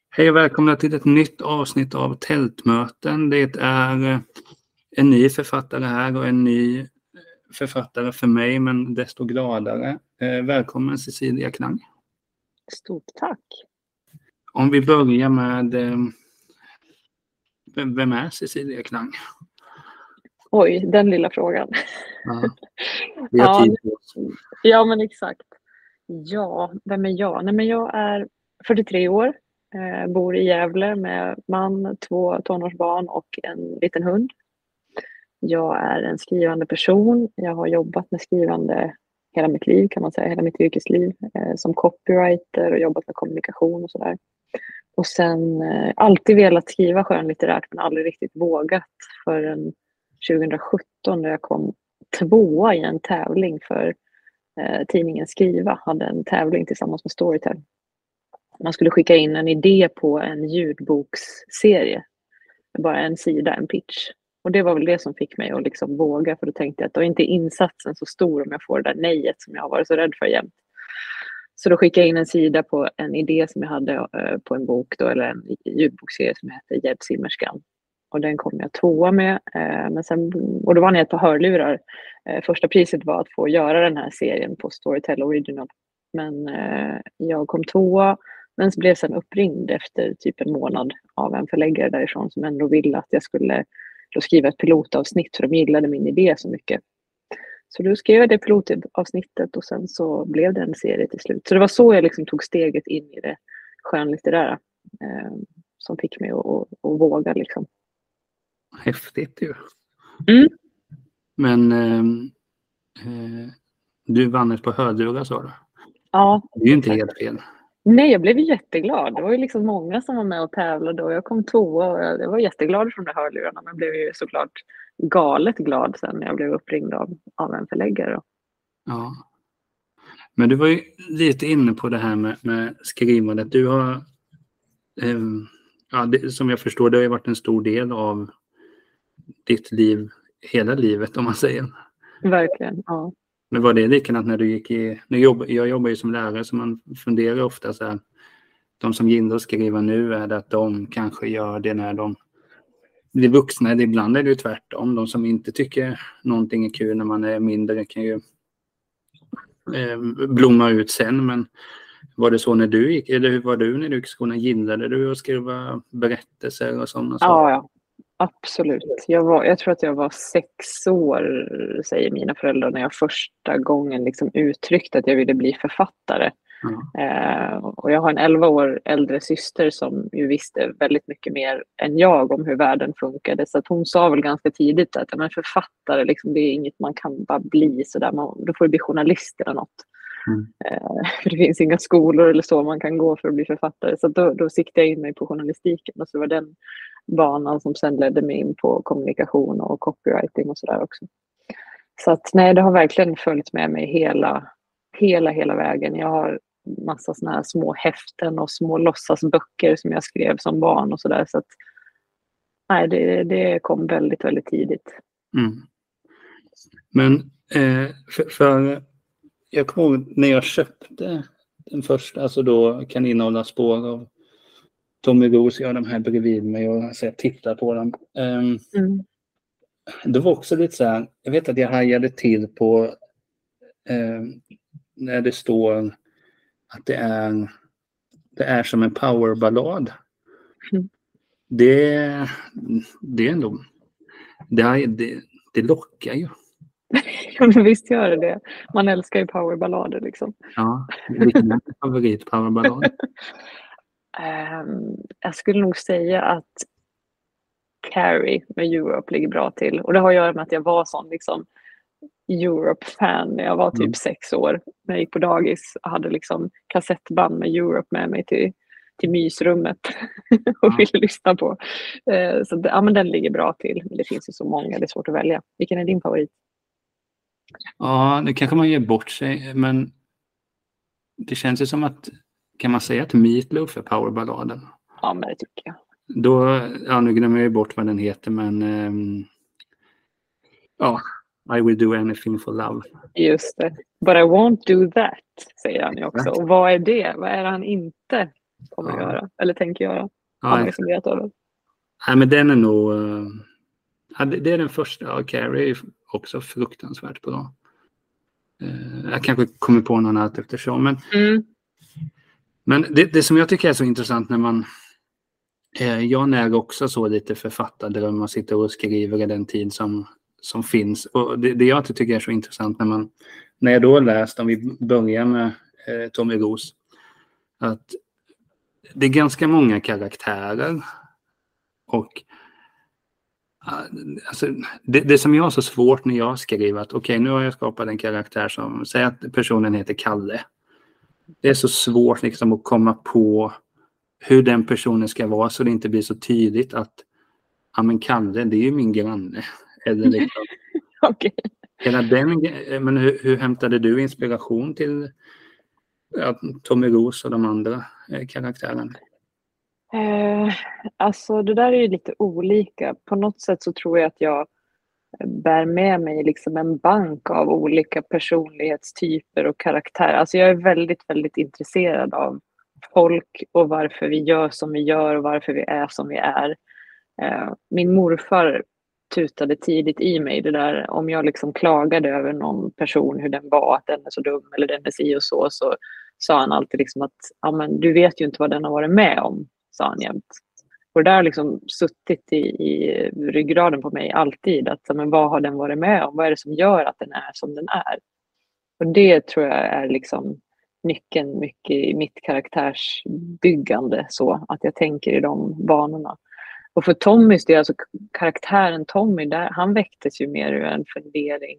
Hej och välkomna till ett nytt avsnitt av Tältmöten. Det är en ny författare här och en ny författare för mig, men desto gladare. Välkommen Cecilia Klang. Stort tack. Om vi börjar med vem är Cecilia Klang? Oj, den lilla frågan. Ja, vi har tid på oss. Ja, men exakt. Ja, vem är jag? Nej, men jag är 43 år, bor i Gävle med man, 2 tonårsbarn och en liten hund. Jag är en skrivande person. Jag har jobbat med skrivande hela mitt liv, kan man säga, hela mitt yrkesliv, som copywriter och jobbat med kommunikation och sådär. Och sen alltid velat skriva skönlitterärt men aldrig riktigt vågat förrän 2017 när jag kom 2 i en tävling för tidningen Skriva. Hade en tävling tillsammans med Storytel. Man skulle skicka in en idé på en ljudboksserie. Bara en sida, en pitch. Och det var väl det som fick mig att liksom våga, för då tänkte jag att då är inte insatsen så stor om jag får det där nejet som jag har varit så rädd för jämt. Så då skickade jag in en sida på en idé som jag hade på en bok då, eller en ljudbokserie som heter Gäddsimmerskan. Och den kom jag 2 med. Men sen, och då vann jag ett par hörlurar. Första priset var att få göra den här serien på Storytel Original. Men jag kom 2, men blev sen uppringd efter typ en månad av en förläggare därifrån som ändå ville att jag skulle då skriva ett pilotavsnitt, för de gillade min idé så mycket. Så då skrev jag det pilotavsnittet och sen så blev det en serie till slut. Så det var så jag liksom tog steget in i det skönlitterära som fick mig att våga liksom. Häftigt ju. Mm. Men du vann ett på hörlurar, sa du? Ja. Det är ju inte helt fel. Nej, jag blev jätteglad. Det var ju liksom många som var med och tävlade och jag kom 2 och jag var jätteglad för de där hörlurarna, men blev ju såklart galet glad sen när jag blev uppringd av en förläggare. Ja. Men du var ju lite inne på det här med skrivandet. Du har, som jag förstår, det har ju varit en stor del av ditt liv, hela livet om man säger. Verkligen, ja. Men var det likadant när du gick jag jobbar ju som lärare, så man funderar ofta så här, de som gillar att skriva nu, är det att de kanske gör det när de blir vuxna, eller ibland är det ju tvärtom. De som inte tycker någonting är kul när man är mindre kan ju blomma ut sen. Men var det så när du gick, eller hur var du när du gick i skolan? Gillade du att skriva berättelser och sådana saker? Ja, absolut. Jag tror att jag var 6 år, säger mina föräldrar, när jag första gången liksom uttryckte att jag ville bli författare. Och jag har en 11 år äldre syster som ju visste väldigt mycket mer än jag om hur världen funkade. Så att hon sa väl ganska tidigt att men författare, liksom, det är inget man kan bara bli sådär. Då får du bli journalist eller något. För det finns inga skolor eller så man kan gå för att bli författare. Så då siktade jag in mig på journalistiken. Och så var den banan som sen ledde mig in på kommunikation och copywriting och sådär också. Så att nej, det har verkligen följt med mig hela vägen. Jag har massa såna här små häften och små låtsasböcker som jag skrev som barn och sådär. Så att nej, det kom väldigt, väldigt tidigt. Men för jag kommer ihåg när jag köpte den första, alltså då Kan innehålla spår av Tommy Roos, jag har de här bredvid mig och så jag tittar på dem. Det var också lite så här, jag vet att jag hajade till på när det står att det är som en powerballad. Det är ändå det lockar ju. Ja, men visst gör det. Man älskar ju powerballader liksom. Ja, vilken är favorit powerballad? Jag skulle nog säga att Carrie med Europe ligger bra till. Och det har att göra med att jag var sån liksom Europe-fan när jag var typ 6 år. När jag gick på dagis och hade liksom kassettband med Europe med mig till mysrummet och ville lyssna på. Så ja, men den ligger bra till. Men det finns ju så många, det är svårt att välja. Vilken är din favorit? Ja, nu kanske man ger bort sig, men det känns ju som att, kan man säga att Meatloaf är powerballaden? Ja, men det tycker jag. Nu glömmer jag ju bort vad den heter, men I will do anything for love. Just det. But I won't do that, säger han ju också. Och vad är det? Vad är han inte kommer att göra. Eller tänker göra. Ja, Har man ju funderat över. Nej, men den är nog... det är den första. Ja, Carrie är också fruktansvärt bra. Jag kanske kommer på någon allt eftersom. Men det som jag tycker är så intressant när man... jag när också så lite författardrömmar, sitter och skriver i den tid som finns. Och det jag tycker är så intressant när jag då läst, om vi börjar med Tommy Roos, att det är ganska många karaktärer och alltså, det som jag har så svårt när jag skriver att okej, nu har jag skapat en karaktär som säger att personen heter Kalle. Det är så svårt liksom att komma på hur den personen ska vara så det inte blir så tydligt att ja, men Kalle, det är ju min granne. Eller liksom, Okej. Men hur hämtade du inspiration till Tommy Roos och de andra karaktärerna? Alltså det där är ju lite olika. På något sätt så tror jag att jag bär med mig liksom en bank av olika personlighetstyper och karaktärer. Alltså jag är väldigt, väldigt intresserad av folk och varför vi gör som vi gör och varför vi är som vi är. Min morfar tutade tidigt i mig det där, om jag liksom klagade över någon person, hur den var, att den är så dum eller den är si och så sa han alltid liksom att ja, men du vet ju inte vad den har varit med om, sa han jämt. Och det där har liksom suttit i ryggraden på mig alltid, att men vad har den varit med om, vad är det som gör att den är som den är? Och det tror jag är liksom nyckeln mycket i mitt karaktärsbyggande, så att jag tänker i de banorna. Och för Tommys del, alltså karaktären Tommy, han väcktes ju mer ur en fundering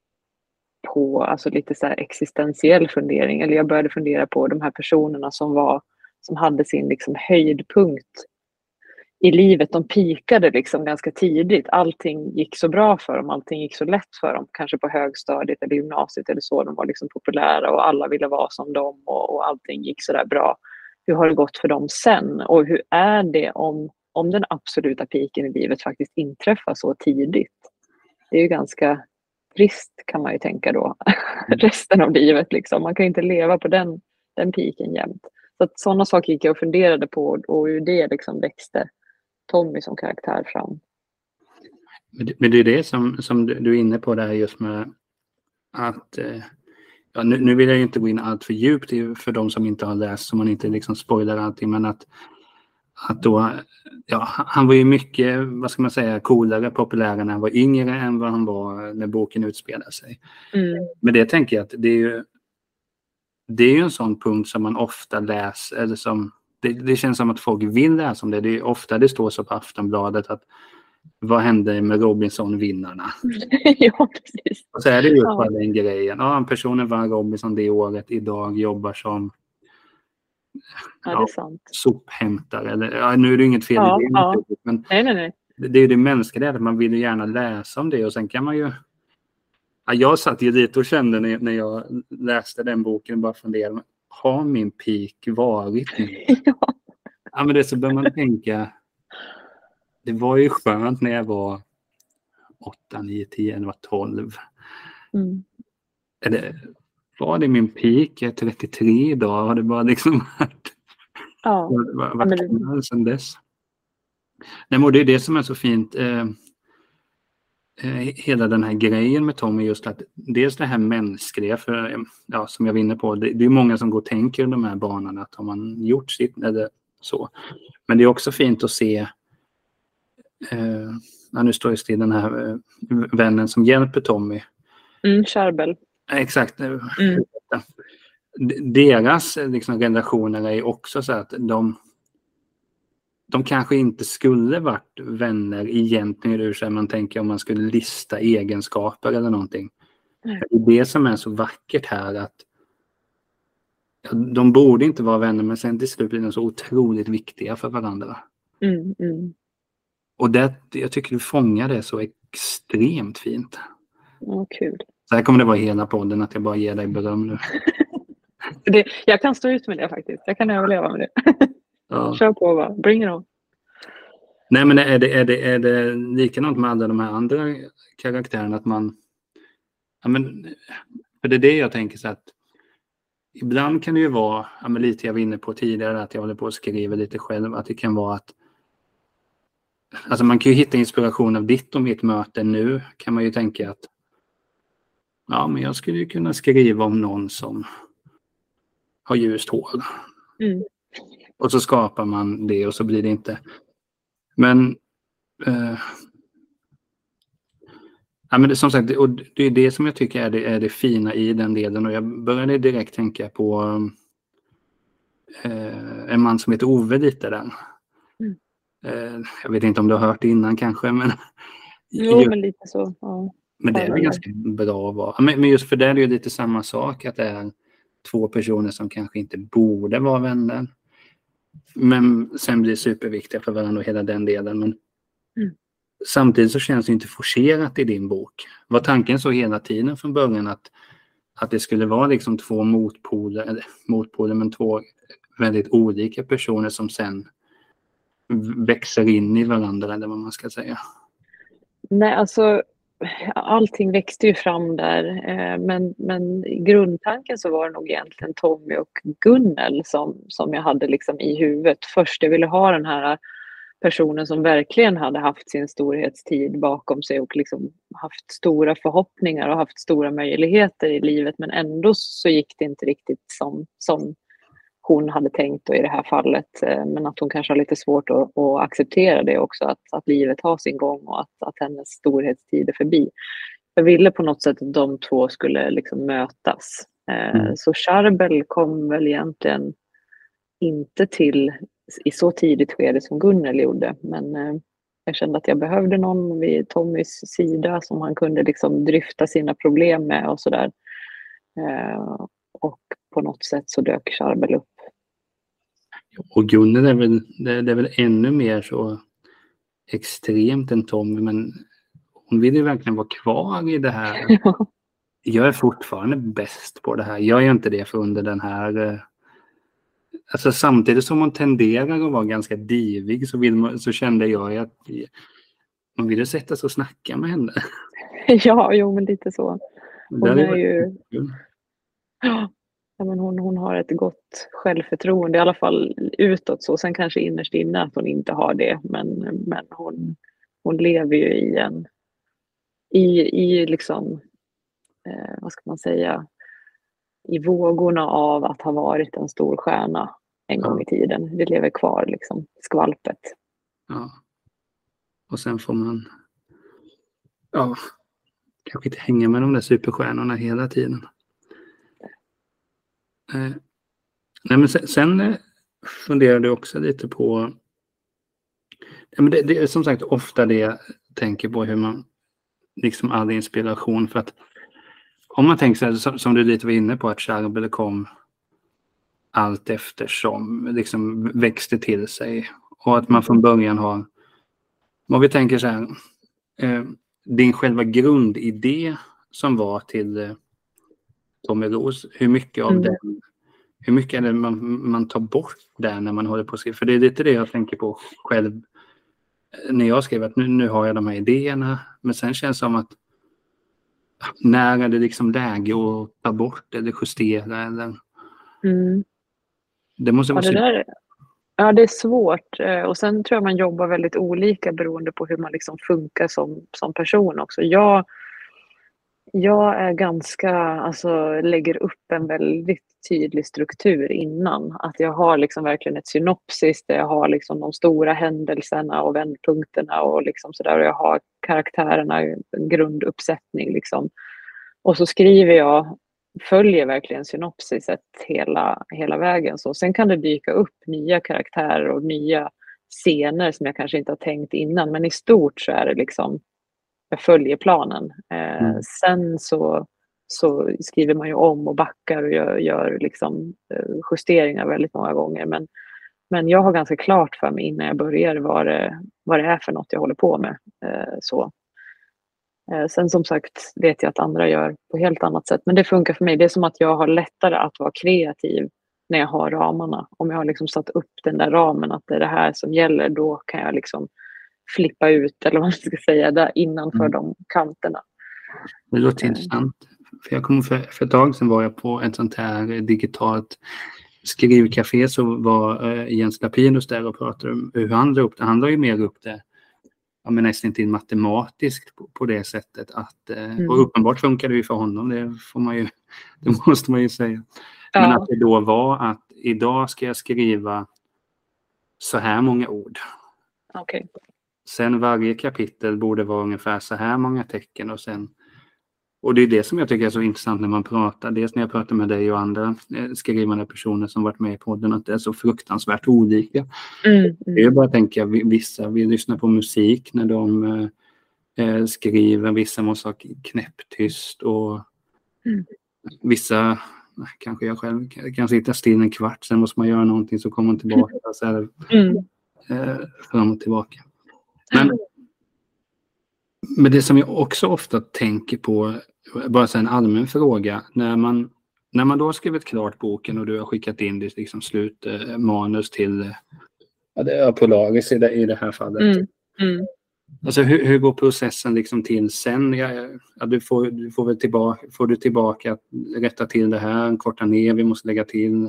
på, alltså lite så här existentiell fundering, eller jag började fundera på de här personerna som hade sin liksom höjdpunkt i livet. De pikade liksom ganska tidigt, allting gick så bra för dem, allting gick så lätt för dem, kanske på högstadiet eller gymnasiet eller så, de var liksom populära och alla ville vara som dem och allting gick så där bra. Hur har det gått för dem sen? Och hur är det om den absoluta piken i livet faktiskt inträffar så tidigt? Det är ju ganska trist, kan man ju tänka då. Resten av livet liksom. Man kan inte leva på den piken jämt. Så att sådana saker gick jag och funderade på, och ur det liksom växte Tommy som karaktär fram. Men det är det som du är inne på där, just med att ja, nu vill jag ju inte gå in allt för djupt för de som inte har läst, så man inte liksom spoilar allting, men att då, ja, han var ju mycket, vad ska man säga, coolare, populärare när han var yngre än vad han var när boken utspelar sig. Men det tänker jag att det är ju en sån punkt som man ofta läser, eller som det känns som att folk vill läsa om det. Det är ofta det står så på Aftonbladet att vad hände med Robinson-vinnarna? Ja, precis. Och så är det ju bara den grejen. Ja, personen vann Robinson det året, idag jobbar som det är sant. sophämtare. Eller, nu är det inget fel i det. Ja. Men nej. det är ju det mänskliga, att man vill ju gärna läsa om det. Och sen kan man ju... Ja, jag satt ju lite och kände när jag läste den boken, bara funderade, har min peak varit nu? Ja, men det så bör man tänka, det var ju skönt när jag var 8, 9, 10, eller var 12. Var det min peak? Jag är 33 idag. Har det bara liksom varit sedan dess? Nej, men det är det som är så fint. Hela den här grejen med Tommy, just att dels det här mänskliga, för ja, som jag var inne på, det är många som går och tänker de här banorna, att har man gjort sitt eller så. Men det är också fint att se nu står just det den här vännen som hjälper Tommy. Charbel. Exakt. Deras liksom relationer är också så att de kanske inte skulle varit vänner egentligen, ur sig man tänker om man skulle lista egenskaper eller någonting. Det är det som är så vackert här, att de borde inte vara vänner, men sen till slut blir de så otroligt viktiga för varandra. Och jag tycker du fångar det så extremt fint. Kul. Så här kommer det vara hela podden, att jag bara ger dig beröm nu. Jag kan stå ut med det faktiskt. Jag kan överleva med det. Ja. Kör på, va? Bring it on. Nej, men är det likadant med alla de här andra karaktärerna, att man... Ja, men, för det är det jag tänker, så att ibland kan det ju vara, ja, men lite jag var inne på tidigare, att jag håller på att skriva lite själv, att det kan vara att alltså man kan ju hitta inspiration av ditt och mitt möte nu, kan man ju tänka att ja, men jag skulle ju kunna skriva om någon som har ljust hår. Och så skapar man det och så blir det inte. Men ja, men det, som sagt, och det är det som jag tycker är det fina i den delen. Och jag började direkt tänka på en man som heter Ove lite där. Jag vet inte om du har hört det innan kanske, men men lite så. Ja. Men det är väl ganska bra att vara. Men just för det är det ju lite samma sak, att det är två personer som kanske inte borde vara vänner. Men sen blir superviktiga för varandra och hela den delen. Men samtidigt så känns det inte forcerat i din bok. Var tanken så hela tiden från början att det skulle vara liksom två motpoler, men två väldigt olika personer som sen växer in i varandra, eller vad man ska säga? Nej, alltså allting växte ju fram där, men i grundtanken så var det nog egentligen Tommy och Gunnel som jag hade liksom i huvudet. Först jag ville ha den här personen som verkligen hade haft sin storhetstid bakom sig och liksom haft stora förhoppningar och haft stora möjligheter i livet, men ändå så gick det inte riktigt som hon hade tänkt, och i det här fallet, men att hon kanske har lite svårt att acceptera det också, att livet har sin gång och att hennes storhetstid är förbi. Jag ville på något sätt att de två skulle liksom mötas. Så Charbel kom väl egentligen inte till i så tidigt skede som Gunnel gjorde, men jag kände att jag behövde någon vid Tommys sida som han kunde liksom dryfta sina problem med och sådär. Och på något sätt så dök Charbel upp. Och Gunnel är väl ännu mer så extremt än Tommy, men hon vill ju verkligen vara kvar i det här. Jag är fortfarande bäst på det här. Jag är inte det för under den här. Alltså samtidigt som hon tenderar att vara ganska divig så kände jag att man ville sätta sig och snacka med henne. Ja, jo, men lite så. Hon är ju... Ja, men hon har ett gott självförtroende, i alla fall utåt så. Sen kanske innerst inne att hon inte har det. Men hon lever ju i liksom, vad ska man säga, i vågorna av att ha varit en stor stjärna en gång i tiden. Det lever kvar liksom, skvalpet. Ja. Och sen får man kanske inte hänga med de där superstjärnorna hela tiden. Nej, men sen funderade jag också lite på men det är som sagt ofta det jag tänker på, hur man liksom all inspiration, för att om man tänker så här, som du lite var inne på, att Charbel kom allt eftersom liksom växte till sig, och att man från början har, om vi tänker så här, din själva grundidé som var till Tommy Ros, hur mycket av den, hur mycket är det man tar bort där när man håller på att skriva? För det är lite det jag tänker på själv när jag skriver, att nu har jag de här idéerna, men sen känns det som att när är det liksom läge att ta bort eller justera eller det måste vara Ja, det är svårt, och sen tror jag man jobbar väldigt olika beroende på hur man liksom funkar som person också. Jag är ganska, alltså lägger upp en väldigt tydlig struktur innan. Att jag har liksom verkligen ett synopsis där jag har liksom de stora händelserna och vändpunkterna och liksom sådär. Och jag har karaktärerna, en grunduppsättning liksom. Och så skriver jag, följer verkligen synopsiset hela vägen. Så sen kan det dyka upp nya karaktärer och nya scener som jag kanske inte har tänkt innan. Men i stort så är det liksom, jag följer planen. Sen så skriver man ju om och backar och gör liksom justeringar väldigt många gånger. Men jag har ganska klart för mig innan jag börjar vad det är för något jag håller på med. Sen som sagt vet jag att andra gör på helt annat sätt. Men det funkar för mig. Det är som att jag har lättare att vara kreativ när jag har ramarna. Om jag har liksom satt upp den där ramen, att det är det här som gäller, då kan jag liksom flippa ut, eller vad man ska säga, där innanför de kanterna. Det låter intressant. för jag kommer för ett tag sedan var jag på ett sånt här digitalt skrivcafé, så var Jens Lapinus där och pratade om hur han la upp det. Han la ju mer upp det nästan till matematiskt på det sättet att och uppenbart funkar det ju för honom, det måste man ju säga. Ja. Men att det då var att idag ska jag skriva så här många ord. Okay. Sen varje kapitel borde vara ungefär så här många tecken och det är det som jag tycker är så intressant när man pratar. Dels när jag pratar med dig och andra skrivande personer som varit med i podden, att det är så fruktansvärt olika. Det är bara att tänka, vissa vill lyssna på musik när de skriver, vissa måste ha knäpptyst och vissa, kanske jag själv kan sitta still en kvart, sen måste man göra någonting så kommer man tillbaka så här, fram och tillbaka. Men det som jag också ofta tänker på, bara så en allmän fråga, när man då har skrivit klart boken och du har skickat in ditt liksom slutmanus till Polaris i det här fallet. Alltså hur går processen liksom till sen? Du får väl tillbaka att rätta till det här, korta ner, vi måste lägga till.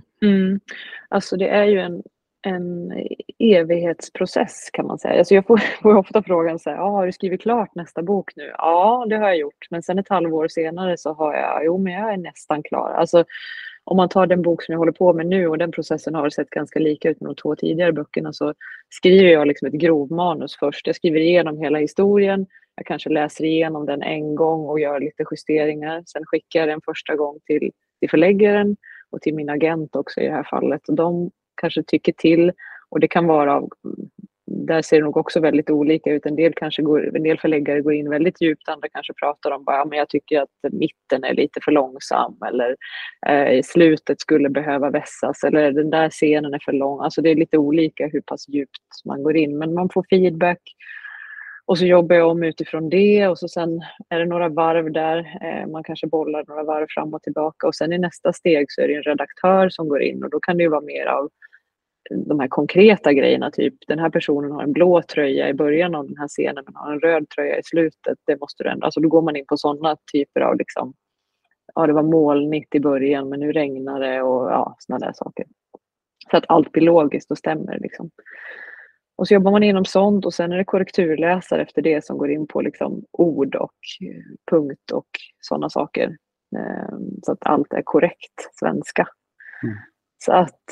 Alltså det är ju en evighetsprocess kan man säga. Alltså jag får ofta frågan så här, har du skrivit klart nästa bok nu? Ja, det har jag gjort. Men sen ett halvår senare så har men jag är nästan klar. Alltså om man tar den bok som jag håller på med nu, och den processen har sett ganska lika ut med de 2 tidigare böckerna, så skriver jag liksom ett grovmanus först. Jag skriver igenom hela historien. Jag kanske läser igenom den en gång och gör lite justeringar. Sen skickar jag den första gång till förläggaren och till min agent också i det här fallet. Och de kanske tycker till, och det kan vara, där ser det nog också väldigt olika ut. En del förläggare går in väldigt djupt, andra kanske pratar om bara, men jag tycker att mitten är lite för långsam, eller slutet skulle behöva vässas, eller den där scenen är för lång. Alltså det är lite olika hur pass djupt man går in, men man får feedback. Och så jobbar jag om utifrån det, och så sen är det några varv där, man kanske bollar några varv fram och tillbaka, och sen i nästa steg så är det en redaktör som går in, och då kan det ju vara mer av de här konkreta grejerna, typ den här personen har en blå tröja i början av den här scenen men har en röd tröja i slutet, det måste du ändra. Alltså då går man in på sådana typer av liksom, det var molnigt i början men nu regnar det, och sådana där saker. Så att allt blir logiskt och stämmer liksom. Och så jobbar man inom sånt, och sen är det korrekturläsare efter det som går in på liksom ord och punkt och sådana saker. Så att allt är korrekt svenska. Så att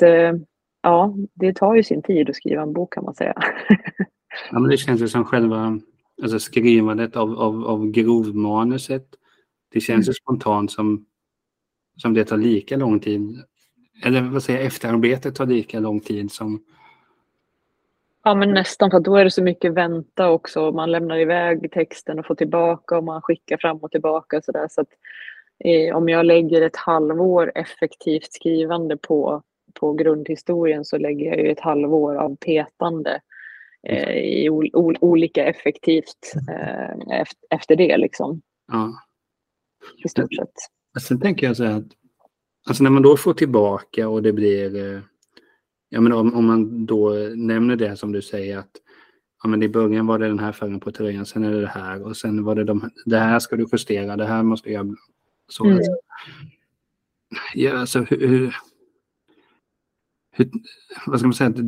det tar ju sin tid att skriva en bok kan man säga. Ja, men det känns ju som själva skrivandet av grovmanuset. Det känns ju spontant som det tar lika lång tid. Eller vad säger jag, efterarbetet tar lika lång tid som... Ja, men nästan, för då är det så mycket vänta också. Man lämnar iväg texten och får tillbaka, och man skickar fram och tillbaka. Så att om jag lägger ett halvår effektivt skrivande på grundhistorien, så lägger jag ju ett halvår av petande i olika effektivt efter det liksom. Ja. I stort sett. Sen tänker jag så här att alltså när man då får tillbaka och det blir om man då nämner det som du säger att men i början var det den här färgen på tröjan, sen är det här, och sen var det det här ska du justera, det här måste jag så. Ja, alltså hur vad ska man säga,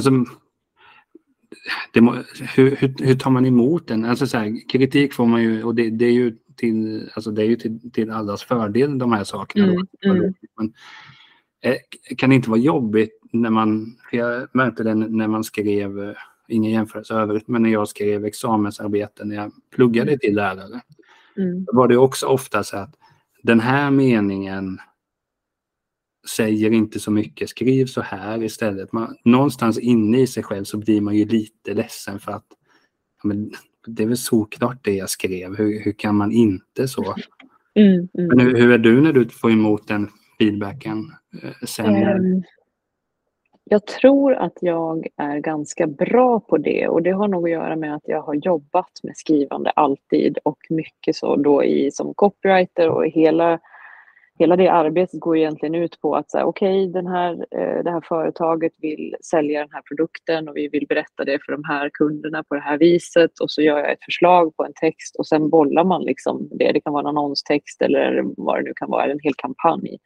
hur tar man emot den? Alltså så här, kritik får man ju, och det är ju till allas fördel de här sakerna. Men kan det inte vara jobbigt jag märkte det när man skrev, ingen jämförelse övrigt, men när jag skrev examensarbeten när jag pluggade till lärare. Då var det också ofta så att den här meningen säger inte så mycket, skriv så här istället. Någonstans inne i sig själv så blir man ju lite ledsen för att det är väl såklart det jag skrev, hur kan man inte så? Men hur är du när du får emot den feedbacken sen? Jag tror att jag är ganska bra på det, och det har nog att göra med att jag har jobbat med skrivande alltid, och mycket så då som copywriter, och hela hela det arbetet går egentligen ut på att säga okej, det här företaget vill sälja den här produkten och vi vill berätta det för de här kunderna på det här viset, och så gör jag ett förslag på en text och sen bollar man liksom det. Det kan vara en annonstext eller vad det nu kan vara, en hel kampanj.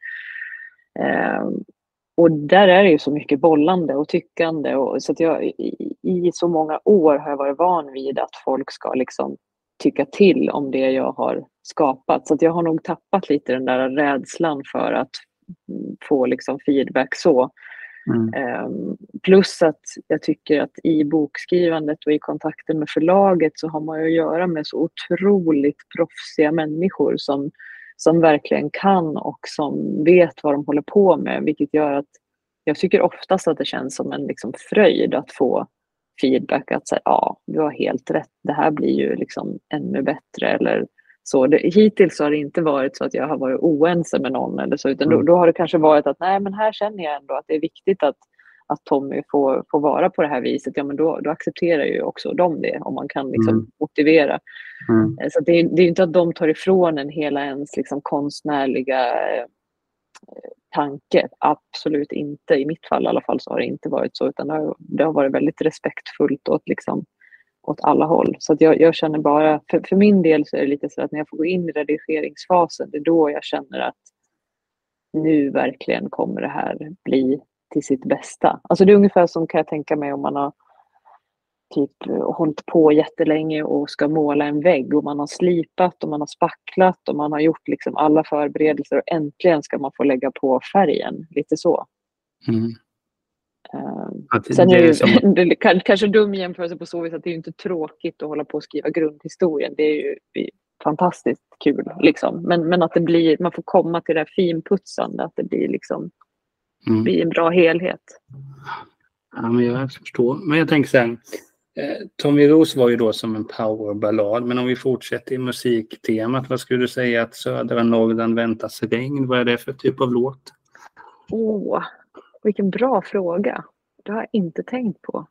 Och där är det ju så mycket bollande och tyckande, och så att jag i så många år har jag varit van vid att folk ska liksom tycka till om det jag har skapat. Så att jag har nog tappat lite den där rädslan för att få liksom feedback så. Plus att jag tycker att i bokskrivandet och i kontakten med förlaget så har man ju att göra med så otroligt proffsiga människor som verkligen kan och som vet vad de håller på med, vilket gör att jag tycker oftast att det känns som en liksom fröjd att få feedback, att säga ja, du har helt rätt, det här blir ju liksom ännu bättre eller så. Hittills har det inte varit så att jag har varit oense med någon eller så, utan då har det kanske varit att nej, men här känner jag ändå att det är viktigt att Tommy får vara på det här viset. Ja, men då accepterar ju också de det, om man kan liksom motivera. Så det är inte att de tar ifrån en hela ens liksom konstnärliga tanke. Absolut inte. I mitt fall i alla fall så har det inte varit så, utan det har varit väldigt respektfullt åt alla håll. Så att jag känner bara, för min del så är det lite så att när jag får gå in i redigeringsfasen, det är då jag känner att nu verkligen kommer det här bli till sitt bästa. Alltså det är ungefär som, kan jag tänka mig, om man har typ hållit på jättelänge och ska måla en vägg och man har slipat och man har spacklat och man har gjort liksom alla förberedelser och äntligen ska man få lägga på färgen, lite så. Sen är det ju kanske dum jämförelse på så vis att det är ju inte tråkigt att hålla på och skriva grundhistorien. Det är ju fantastiskt kul liksom. Men att det blir, man får komma till det här finputsande, att det blir liksom blir en bra helhet. Ja, men jag förstår. Men jag tänker så här, Tommy Rose var ju då som en powerballad, men om vi fortsätter i musiktemat, vad skulle du säga att Södra Norrland väntas regn? Vad är det för typ av låt? Vilken bra fråga. Det har jag inte tänkt på.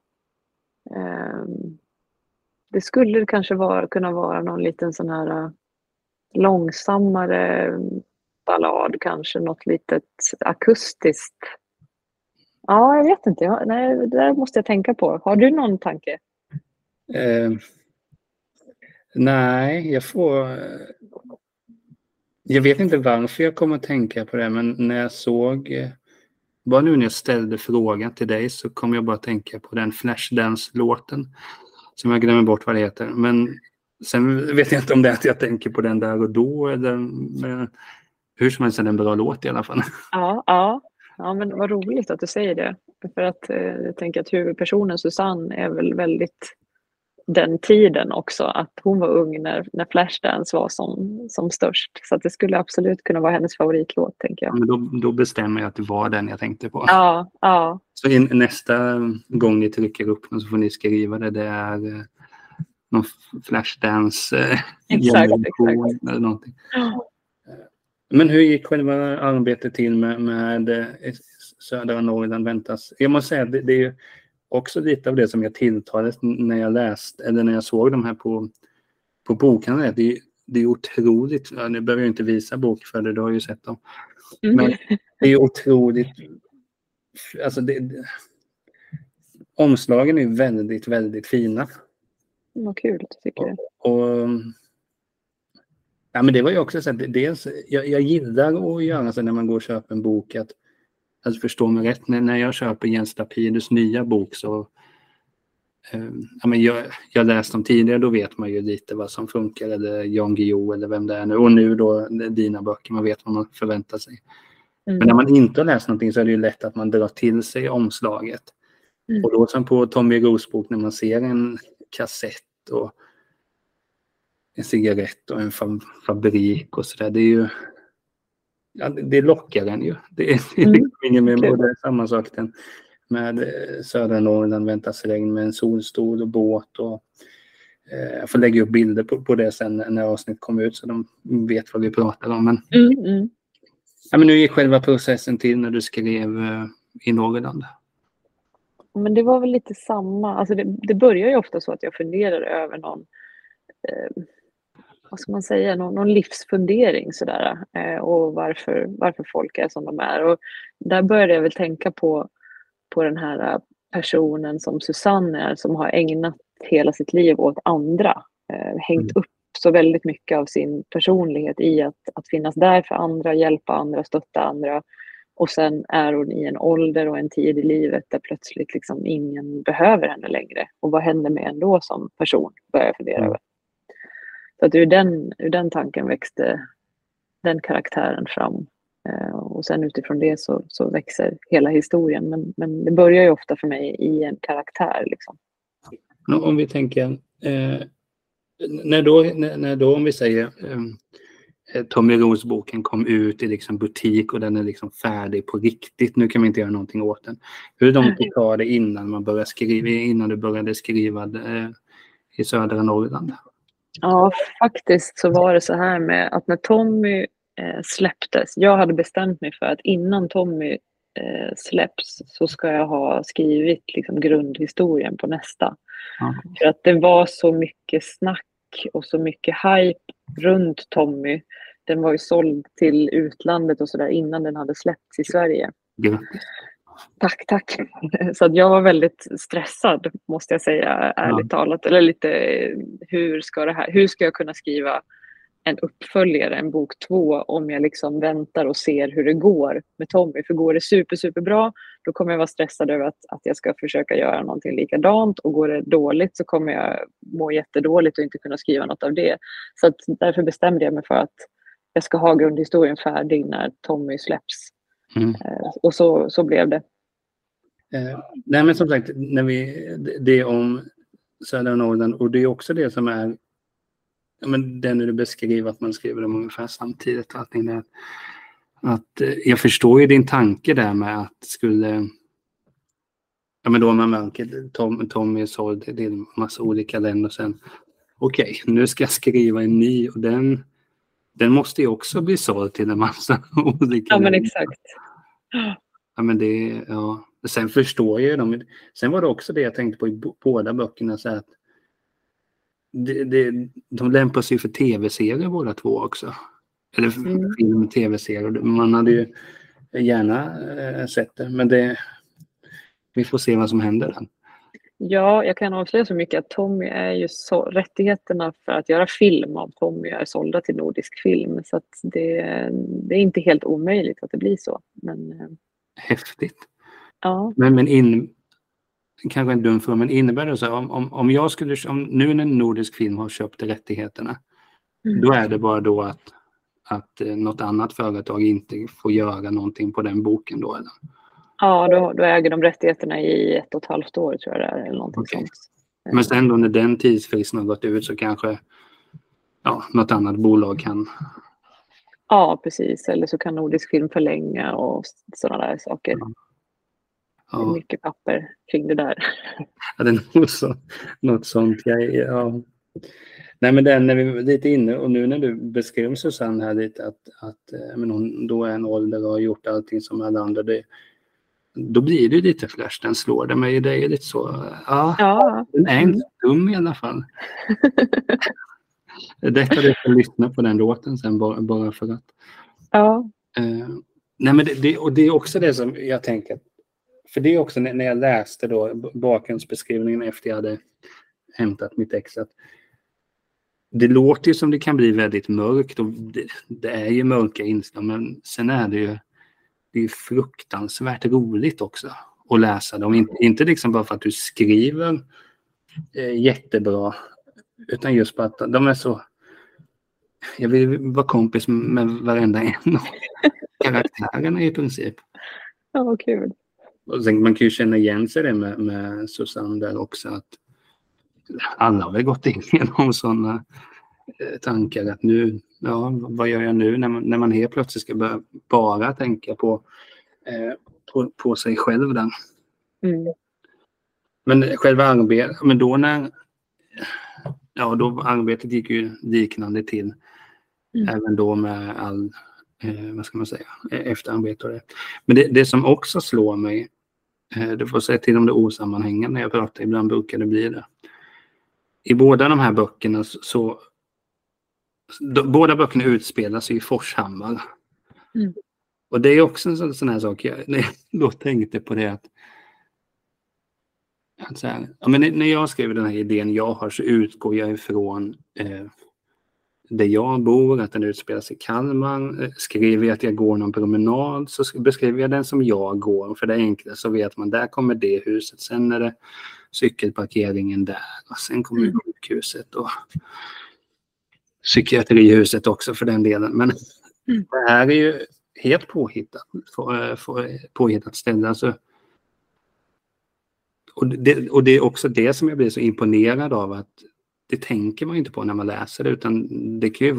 Det skulle kanske kunna vara någon liten sån här långsammare ballad, kanske något litet akustiskt. Ja, jag vet inte. Nej, det där måste jag tänka på. Har du någon tanke? Nej, jag vet inte varför jag kommer att tänka på det, men när jag bara nu när jag ställde frågan till dig så kom jag bara att tänka på den Flashdance-låten som jag glömmer bort vad det heter. Men sen vet jag inte om det är att jag tänker på den där och då, eller hur som helst är det en bra låt i alla fall. Ja, men vad roligt att du säger det. För att jag tänker att huvudpersonen Susanne är väl väldigt den tiden också, att hon var ung när Flashdance var som störst. Så att det skulle absolut kunna vara hennes favoritlåt, tänker jag. Ja, men då bestämmer jag att det var den jag tänkte på. Ja. Så nästa gång ni trycker upp den så får ni skriva det. Det är någon Flashdance exakt. eller någonting. Men hur gick själva arbetet till med Södra Norrland väntas? Jag måste säga att det är ju också lite av det som jag tilltalades när jag läste, eller när jag såg de här på bokhandeln. Det är otroligt, nu behöver jag inte visa bok för det, du har ju sett dem. Men det är otroligt, alltså omslagen är väldigt, väldigt fina. Vad kul, tycker jag. Ja, men det var ju också så att dels, jag gillar att göra så när man går och köper en bok, att alltså förstå mig rätt, när jag köper Jens Lapidus nya bok så jag läst dem tidigare, då vet man ju lite vad som funkar, eller Jan Guillou eller vem det är nu, och nu då dina böcker, man vet vad man förväntar sig. Men när man inte har läst någonting så är det ju lätt att man drar till sig omslaget. Och då som på Tommy Rose bok, när man ser en kassett och en cigarett och en fabrik och sådär, det är ju det lockar en ju. Det är ingen med, och det är samma sak med Södra Norrland väntas regn med en solstol och båt, och jag får lägga upp bilder på det sen när avsnitt kommer ut så de vet vad vi pratar om. Men, ja, men nu gick själva processen till när du skrev i Norrland. Men det var väl lite samma, alltså det börjar ju ofta så att jag funderar över någon vad ska man säga, någon livsfundering sådär, och varför folk är som de är. Och där började jag väl tänka på den här personen som Susanne är, som har ägnat hela sitt liv åt andra, hängt upp så väldigt mycket av sin personlighet i att finnas där för andra, hjälpa andra, stötta andra. Och sen är hon i en ålder och en tid i livet där plötsligt liksom ingen behöver henne längre. Och vad händer med en då som person, börjar jag fundera över. Så att ur den tanken växte den karaktären fram. Och sen utifrån det så växer hela historien. Men det börjar ju ofta för mig i en karaktär. Liksom. Om vi tänker, när då om vi säger Tommy Roos-boken kom ut i liksom butik och den är liksom färdig på riktigt. Nu kan vi inte göra någonting åt den. Hur de fick ta det innan du började skriva i södra Norrland? Ja, faktiskt så var det så här med att när Tommy släpptes, jag hade bestämt mig för att innan Tommy släpps så ska jag ha skrivit liksom grundhistorien på nästa. Okay. För att det var så mycket snack och så mycket hype runt Tommy. Den var ju såld till utlandet och sådär innan den hade släppts i Sverige. Ja. Tack. Så att jag var väldigt stressad, måste jag säga, ärligt talat. Eller lite, hur ska jag kunna skriva en uppföljare, en bok 2, om jag liksom väntar och ser hur det går med Tommy. För går det superbra, då kommer jag vara stressad över att jag ska försöka göra någonting likadant. Och går det dåligt så kommer jag må jättedåligt och inte kunna skriva något av det. Så att därför bestämde jag mig för att jag ska ha grundhistorien färdig när Tommy släpps. Och så blev det. Nej, men som sagt, det är om södra Norrland, och det är också det som är, men det när du beskriver att man skriver dem ungefär samtidigt, att jag förstår ju din tanke där med att skulle, ja men då man märker Tommy såld till en massa olika länder och sen okej, nu ska jag skriva en ny och den måste ju också bli såld till en massa olika länder. Men exakt. Ja men det, ja. Sen förstår jag dem. Sen var det också det jag tänkte på i båda böckerna, så att de lämpar sig för tv-serier båda två också. Eller film, tv-serier. Man hade ju gärna sett det, men vi får se vad som händer där. Ja, jag kan avslöja så mycket att Tommy är ju rättigheterna för att göra film av Tommy är sålda till Nordisk Film, så att det är inte helt omöjligt att det blir så. Men häftigt. Ja. Men kanske en dum fråga, men innebär det så om jag skulle, nu när Nordisk Film har köpt rättigheterna, då är det bara då att något annat företag inte får göra någonting på den boken då, eller? Ja, då äger de rättigheterna i 1,5 år tror jag det är, eller någonting sånt. Men sen då när den tidsfristen har gått ut så kanske något annat bolag kan... Ja, precis. Eller så kan Nordisk Film förlänga och sådana där saker. Ja. Det är mycket papper kring det där. Ja, det är nog så, något sånt. Ja. Nej, men när vi var lite inne, och nu när du beskrev Susanne här lite att men hon då är en ålder och har gjort allting som alla andra, då blir det lite flash, den slår det, men det är lite så, den är inte dum i alla fall. Detta du får lyssna på den låten sen bara för att. Ja. Nej, men det är också det som jag tänker, för det är också när jag läste då bakgrundsbeskrivningen efter jag hade hämtat mitt ex, att det låter ju som det kan bli väldigt mörkt, och det är ju mörka inslag, men sen är det är fruktansvärt roligt också att läsa dem. Inte liksom bara för att du skriver jättebra, utan just för att de är så... Jag vill vara kompis med varenda en av karaktärerna i princip. Ja, vad kul. Och sen, man kan ju känna igen sig det med Susanne där också, att alla har väl gått igenom sådana tankar att nu, vad gör jag nu när man helt plötsligt ska börja bara tänka på sig själv där. Men själva arbetet, men då då arbetet gick ju liknande till, även då med all, vad ska man säga, efterarbete och det. Men det som också slår mig, du får säga till om det osammanhängande när jag pratar, ibland brukar det bli det. I båda de här böckerna så båda böckerna utspelar sig i Forshammar. Mm. Och det är också en sån här sak, när jag då tänkte på det att så här, ja, men när jag skriver den här idén jag har så utgår jag ifrån där jag bor, att den utspelar sig i Kalmar. Skriver jag att jag går någon promenad så beskriver jag den som jag går. För det är enklare så vet man, där kommer det huset. Sen är det cykelparkeringen där. Och sen kommer sjukhuset och psykiatrihuset också för den delen. Men det här är ju helt påhittat ställe. Alltså, och det är också det som jag blir så imponerad av, att det tänker man inte på när man läser det, utan det kan ju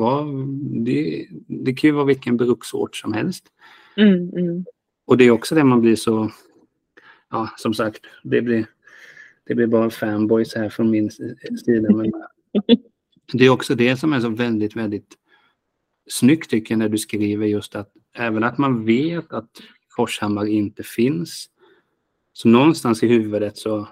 vara vilken bruksort som helst. Och det är också det man blir så, ja, som sagt, det blir bara fanboys här från min sida, men det är också det som är så väldigt, väldigt snyggt tycker jag, när du skriver just att även att man vet att Forshammar inte finns, så någonstans i huvudet så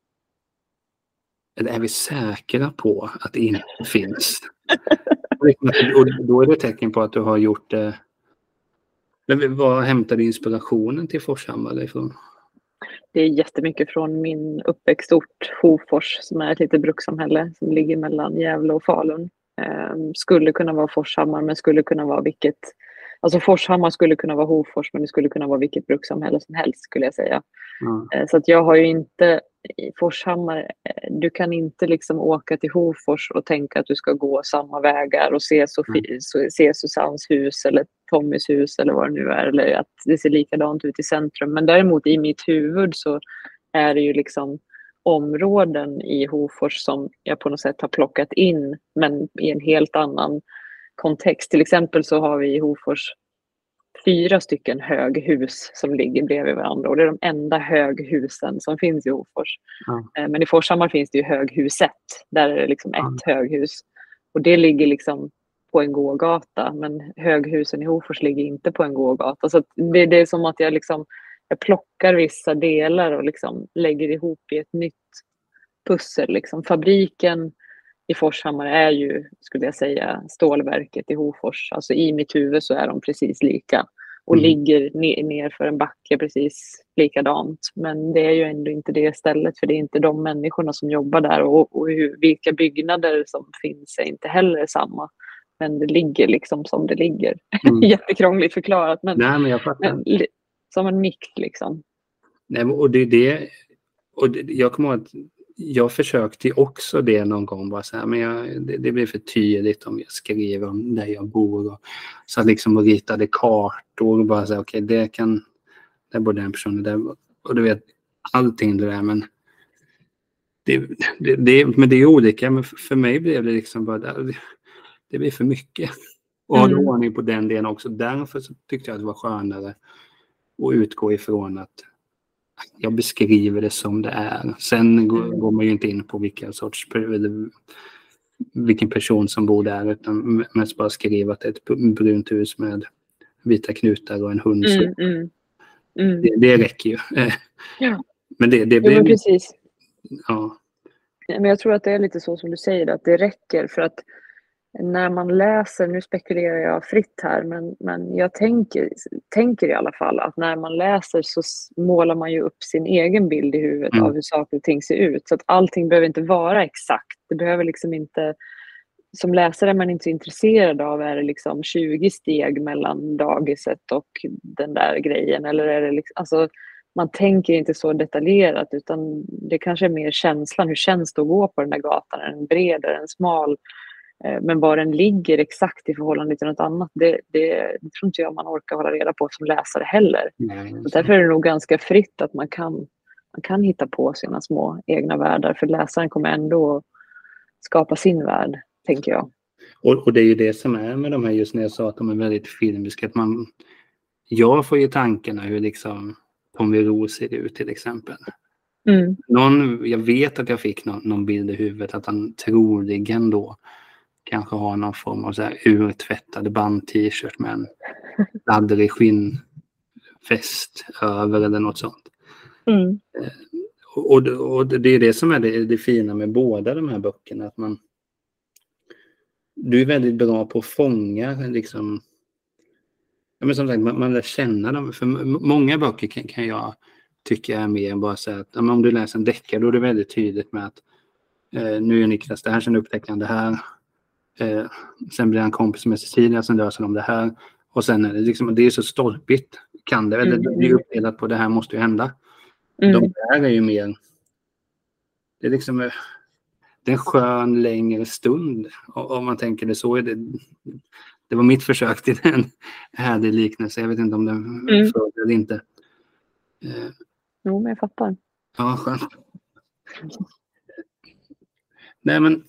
är vi säkra på att det inte finns. Och då är det ett tecken på att du har gjort det. Vad hämtade inspirationen till Forshammar ifrån? Det är jättemycket från min uppväxtort Hofors, som är ett litet brukssamhälle som ligger mellan Gävle och Falun. Skulle kunna vara Forshammar, men skulle kunna vara vilket... Alltså Forshammar skulle kunna vara Hofors, men det skulle kunna vara vilket brukssamhälle som helst, skulle jag säga. Så att jag har ju inte... I Forshammar, du kan inte liksom åka till Hofors och tänka att du ska gå samma vägar och se Susannes hus eller Tommys hus eller vad det nu är, eller att det ser likadant ut i centrum. Men däremot i mitt huvud så är det ju liksom områden i Hofors som jag på något sätt har plockat in, men i en helt annan kontext. Till exempel så har vi i Hofors 4 stycken höghus som ligger bredvid varandra, och det är de enda höghusen som finns i Hofors. Men i Forshammar finns det ju höghuset, där är det liksom ett höghus, och det ligger liksom på en gågata, men höghusen i Hofors ligger inte på en gågata. Så det är som att jag plockar vissa delar och liksom lägger ihop i ett nytt pussel. Liksom. Fabriken i Forshammar är ju, skulle jag säga, stålverket i Hofors. Alltså i mitt huvud så är de precis lika. Och ligger ner för en backe precis likadant. Men det är ju ändå inte det stället, för det är inte de människorna som jobbar där. Och vilka byggnader som finns är inte heller samma. Men det ligger liksom som det ligger. Jättekrångligt förklarat. Men, nej, men jag fattar. Men, som en mix liksom. Nej, och det är det. Och jag kommer ihåg att jag försökte också det någon gång, bara så här, men det blir för tydligt om jag skriver om där jag bor, och så liksom och ritade kartor och bara så här, okej, det bor den personen där, och du vet allting det där, men det är olika, men för mig blev det liksom bara det blir för mycket, och ha ordning på den delen också. Därför så tyckte jag att det var skönare att utgå ifrån att jag beskriver det som det är. Sen går man ju inte in på vilken person som bor där, utan mest bara skriva att det är ett brunt hus med vita knutar och en hund. Det räcker ju. Ja. Men det blir... men precis. Ja. Men jag tror att det är lite så som du säger, att det räcker, för att när man läser, nu spekulerar jag fritt här, men jag tänker i alla fall att när man läser så målar man ju upp sin egen bild i huvudet av hur saker och ting ser ut. Så att allting behöver inte vara exakt. Det behöver liksom inte, som läsare är man inte så intresserad av, är det liksom 20 steg mellan dagiset och den där grejen, eller är det liksom, alltså man tänker inte så detaljerat, utan det kanske är mer känslan, hur känns det att gå på den där gatan, är den bred, är den smal? Men var den ligger exakt i förhållande till något annat, det tror inte jag man orkar hålla reda på som läsare heller. Så därför är det nog ganska fritt att man kan hitta på sina små egna världar, för läsaren kommer ändå skapa sin värld, tänker jag. Och det är ju det som är med de här, just när jag sa att de är väldigt filmiska, att jag får ju tankarna hur liksom Tommy Roos ser ut till exempel. Jag vet att jag fick någon bild i huvudet att han troligen då kanske har någon form av så här urtvättade band-t-shirt med en laddrig skinnfäst över eller något sånt. Och det är det som är det fina med båda de här böckerna, att du är väldigt bra på att fånga liksom. Ja, men som sagt, man lär känna dem. För många böcker kan jag tycka är mer än bara så att om du läser en deckare, då är det väldigt tydligt med att nu är Niklas det här, sen upptäcker han det här. Sen blir han kompis med Cecilia, sen löser de det här. Och sen är det liksom, det är så stolpigt. Kan det, eller det blir uppdelat på det här måste ju hända. De där är ju mer, det är liksom det är en skön längre stund. Om man tänker det så är det var mitt försök till en härlig liknelse. Jag vet inte om den följde eller inte. Jo, men jag fattar. Ja, skönt. Nej, men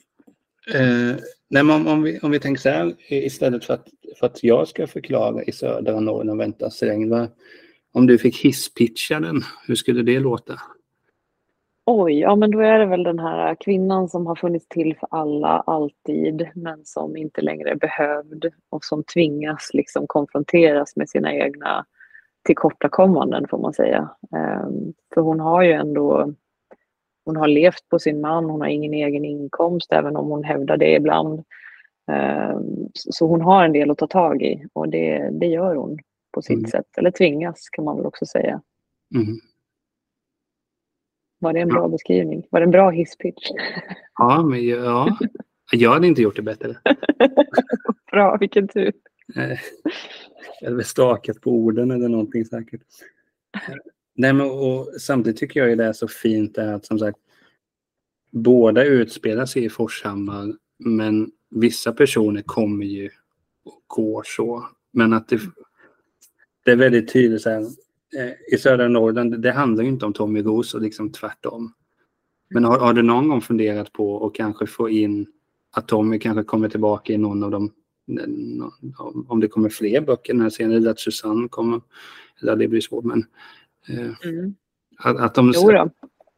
om vi tänker så här, istället för att jag ska förklara i södra Norrland väntas regn, om du fick hisspitcha den, hur skulle det låta? Oj, ja men då är det väl den här kvinnan som har funnits till för alla alltid, men som inte längre är behövd och som tvingas liksom konfronteras med sina egna tillkortakommanden, får man säga. För hon har ju ändå, hon har levt på sin man, hon har ingen egen inkomst, även om hon hävdar det ibland. Så hon har en del att ta tag i, och det gör hon på sitt sätt, eller tvingas kan man väl också säga. Var det en bra beskrivning? Var det en bra hisspitch? Ja, men jag hade inte gjort det bättre. Bra, vilken tur. Eller stakat på orden eller någonting säkert. Nej, men och samtidigt tycker jag det är så fint att som sagt båda utspelar sig i Forshammar, men vissa personer kommer ju och går så. Men att det är väldigt tydligt så här, i södra Norrland, det handlar ju inte om Tommy Ros och liksom tvärtom. Men har du någon gång funderat på att kanske få in att Tommy kanske kommer tillbaka i någon av dem, om det kommer fler böcker den här serien, eller att Susanne kommer, eller det blir svårt, men att de... Jo då.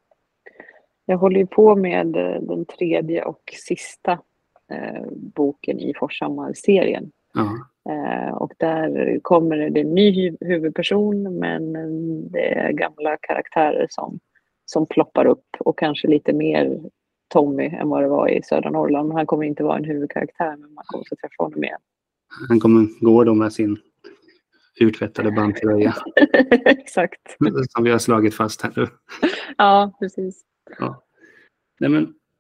Jag håller ju på med den tredje och sista boken i Forshammar-serien. Och där kommer det en ny huvudperson, men det är gamla karaktärer som ploppar upp, och kanske lite mer Tommy än vad det var i södra Norrland. Han kommer inte vara en huvudkaraktär, men man kommer att träffa honom igen. Han kommer gå då med sin urtvättade bandtröja. Exakt. Som vi har slagit fast här nu. Ja, precis. Ja. Nej,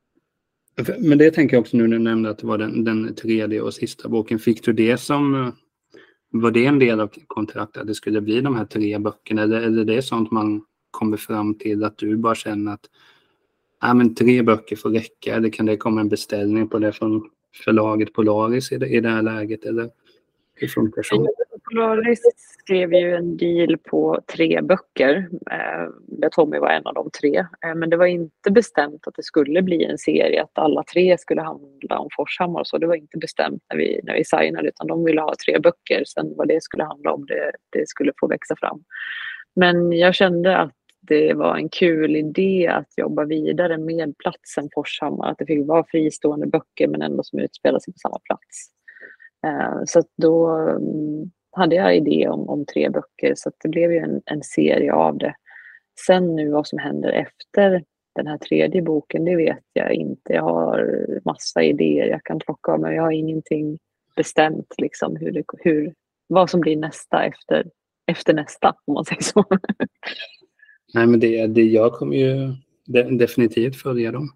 men det tänker jag också nu när du nämnde att det var den tredje och sista boken. Fick du det som, var det en del av kontraktet att det skulle bli de här 3 böckerna? Eller det är sånt man kommer fram till att du bara känner att men 3 böcker får räcka? Eller kan det komma en beställning på det från förlaget Polaris i det här läget? Eller hur funkar så? Polaris skrev ju en deal på 3 böcker, där Tommy var en av de 3. Men det var inte bestämt att det skulle bli en serie, att alla 3 skulle handla om Forshammar. Så det var inte bestämt när vi signade, utan de ville ha 3 böcker. Sen vad det skulle handla om, det skulle få växa fram. Men jag kände att det var en kul idé att jobba vidare med platsen Forshammar. Att det fick vara fristående böcker, men ändå som utspelar sig på samma plats. Så att då hade jag idé om 3 böcker, så att det blev ju en serie av det. Sen nu vad som händer efter den här 3:e boken, det vet jag inte. Jag har massa idéer jag kan plocka av, men jag har ingenting bestämt liksom vad som blir nästa efter nästa, om man säger så. Nej, men det jag kommer ju definitivt följa dem.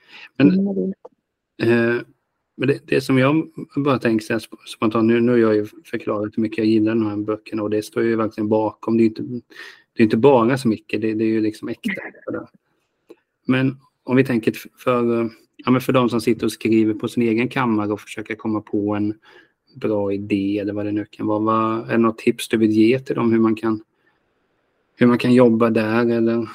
Men det som jag bara tänker så här spontant, nu har jag ju förklarat hur mycket jag gillar de här böckerna, och det står ju verkligen bakom. Det är inte bara så mycket, det är ju liksom äkta. Men om vi tänker för de som sitter och skriver på sin egen kammare och försöker komma på en bra idé eller vad det nu kan vara, är det något tips du vill ge till dem hur man kan jobba där, eller?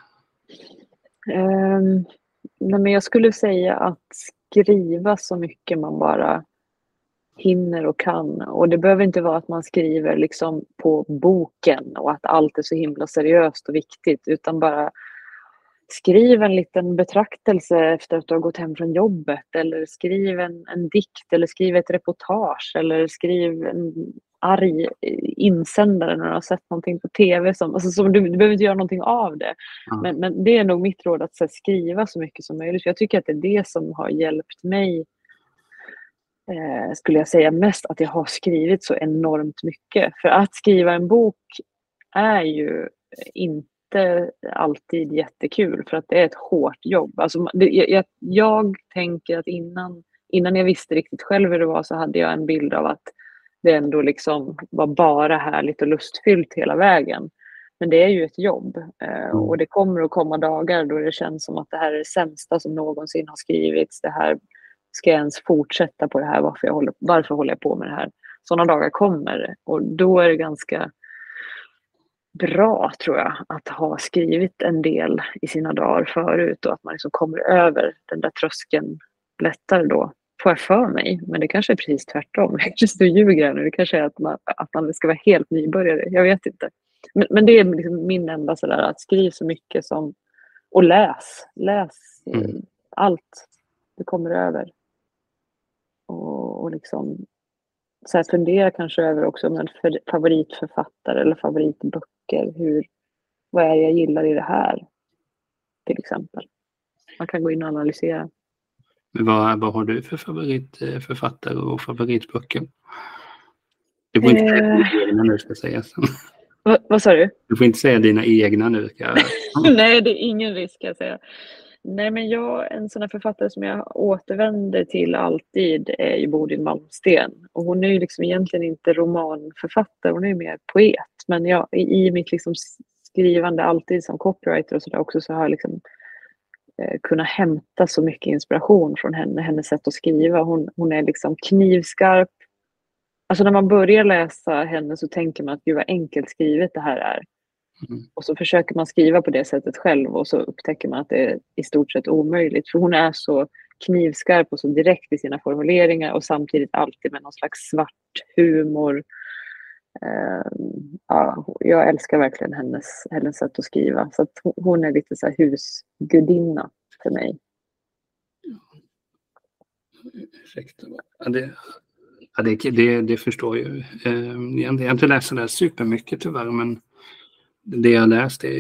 Nej, men jag skulle säga att skriva så mycket man bara hinner och kan. Och det behöver inte vara att man skriver liksom på boken och att allt är så himla seriöst och viktigt, utan bara skriv en liten betraktelse efter att du har gått hem från jobbet, eller skriv en dikt, eller skriv ett reportage, eller skriv en arg insändare när du har sett någonting på tv som du behöver inte göra någonting av det. Men det är nog mitt råd, att skriva så mycket som möjligt. Jag tycker att det är det som har hjälpt mig skulle jag säga mest att jag har skrivit så enormt mycket. För att skriva en bok är ju inte alltid jättekul för att det är ett hårt jobb. Alltså, jag tänker att innan jag visste riktigt själv hur det var så hade jag en bild av att det ändå liksom var bara härligt och lustfyllt hela vägen. Men det är ju ett jobb och det kommer att komma dagar då det känns som att det här är det sämsta som någonsin har skrivits. Det här ska jag ens fortsätta på det här? Varför håller jag på med det här? Sådana dagar kommer och då är det ganska bra, tror jag, att ha skrivit en del i sina dagar förut och att man liksom kommer över den där tröskeln lättare då. Får jag för mig, men det kanske är precis tvärtom. Jag kanske står och ljuger nu. Det kanske är att man ska vara helt nybörjare. Jag vet inte. Men det är liksom min enda sådär, att skriv så mycket som och läs allt du kommer över. Och liksom så här, fundera kanske över också om en favoritförfattare eller favoritböcker. Vad är det jag gillar i det här? Till exempel. Man kan gå in och analysera. Vad har du för favoritförfattare och favoritböcker? Du får inte säga dina egna nu, ska sägas. Vad sa du? Du får inte säga dina egna nu. Nej, det är ingen risk, kan jag säga. Nej, men en sån här författare som jag återvänder till alltid är ju Bodil Malmsten. Och hon är ju liksom egentligen inte romanförfattare, hon är ju mer poet. Men i mitt liksom skrivande alltid som copywriter och sådär också, så har jag liksom kunna hämta så mycket inspiration från henne, hennes sätt att skriva. Hon är liksom knivskarp. Alltså när man börjar läsa henne så tänker man att gud vad enkelt skrivet det här är. Och så försöker man skriva på det sättet själv och så upptäcker man att det är i stort sett omöjligt. För hon är så knivskarp och så direkt i sina formuleringar och samtidigt alltid med någon slags svart humor. Jag älskar verkligen hennes sätt att skriva. Så att hon är lite så här husgudinna för mig. Ursäkta. Det förstår jag ju. Jag har inte läst så där supermycket tyvärr, men det jag läst är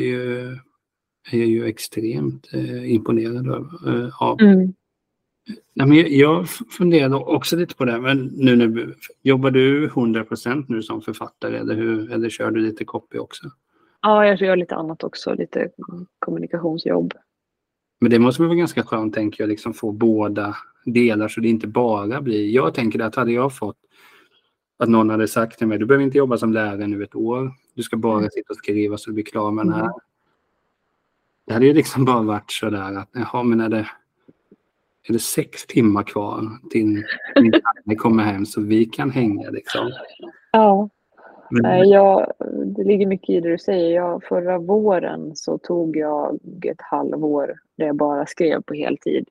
ju extremt imponerad av. Nej, men jag funderade också lite på det, men nu jobbar du 100% nu som författare eller kör du lite copy också? Ja, jag gör lite annat också, lite kommunikationsjobb. Men det måste vara ganska skönt, tänker jag, liksom få båda delar så det inte bara blir. Jag tänker att hade jag fått att någon hade sagt till mig, du behöver inte jobba som lärare nu ett år, du ska bara sitta och skriva så du blir klar med den här. Det hade ju liksom bara varit så där att, jaha, men är det 6 timmar kvar till min kille kommer hem så vi kan hänga liksom. Ja, det ligger mycket i det du säger. Förra våren så tog jag ett halvår där jag bara skrev på heltid.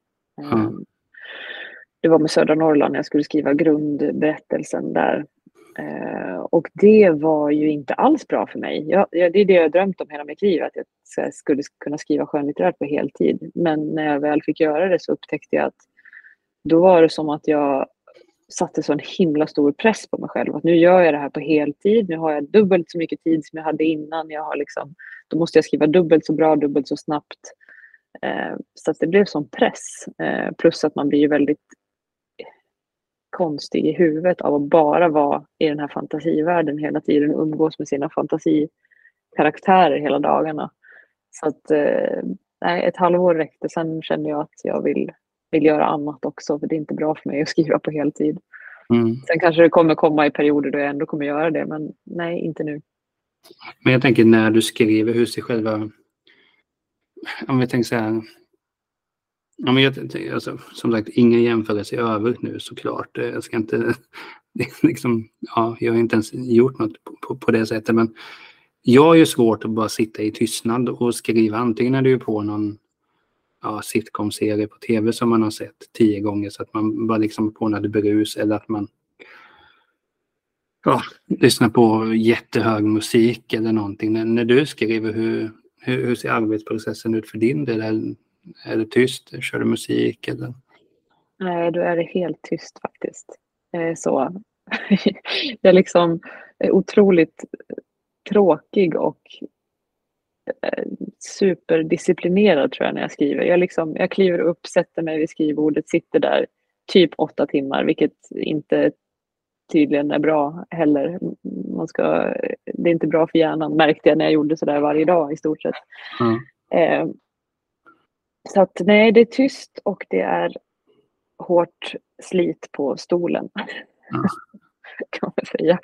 Det var med Södra Norrland, jag skulle skriva grundberättelsen där. Och det var ju inte alls bra för mig. Det är det jag drömt om hela mitt liv, att jag skulle kunna skriva skönlitterärt på heltid. Men när jag väl fick göra det så upptäckte jag att då var det som att jag satte så en himla stor press på mig själv. Att nu gör jag det här på heltid, nu har jag dubbelt så mycket tid som jag hade innan. Då måste jag skriva dubbelt så bra, dubbelt så snabbt. Så att det blev sån press. Plus att man blir ju väldigt konstig i huvudet av att bara vara i den här fantasivärlden hela tiden och umgås med sina fantasikaraktärer hela dagarna. Så att ett halvår räckte. Sen kände jag att jag vill göra annat också, för det är inte bra för mig att skriva på heltid. Sen kanske det kommer komma i perioder då jag ändå kommer göra det, men nej, inte nu. Men jag tänker, när du skriver, hur ser själva, om vi tänker så här, ja, men alltså, som sagt, ingen jämförelse i övrigt nu såklart. Jag ska inte liksom, jag har inte ens gjort något på det sättet, men jag har ju svårt att bara sitta i tystnad och skriva. Antingen är det ju på någon sitcom-serie på tv som man har sett 10 gånger så att man bara liksom på något brus, eller att man lyssnar på jättehög musik eller någonting. När du skriver, hur ser arbetsprocessen ut för din del? Är det tyst? Kör du musik? Eller? Nej, då är det helt tyst faktiskt. Så. Jag liksom är otroligt tråkig och superdisciplinerad, tror jag, när jag skriver. Jag kliver upp, sätter mig vid skrivbordet, sitter där typ 8 timmar, vilket inte tydligen är bra heller. Det är inte bra för hjärnan, märkte jag när jag gjorde sådär varje dag i stort sett. Ja. Så att nej, det är tyst och det är hårt slit på stolen. Ja. Kan man säga.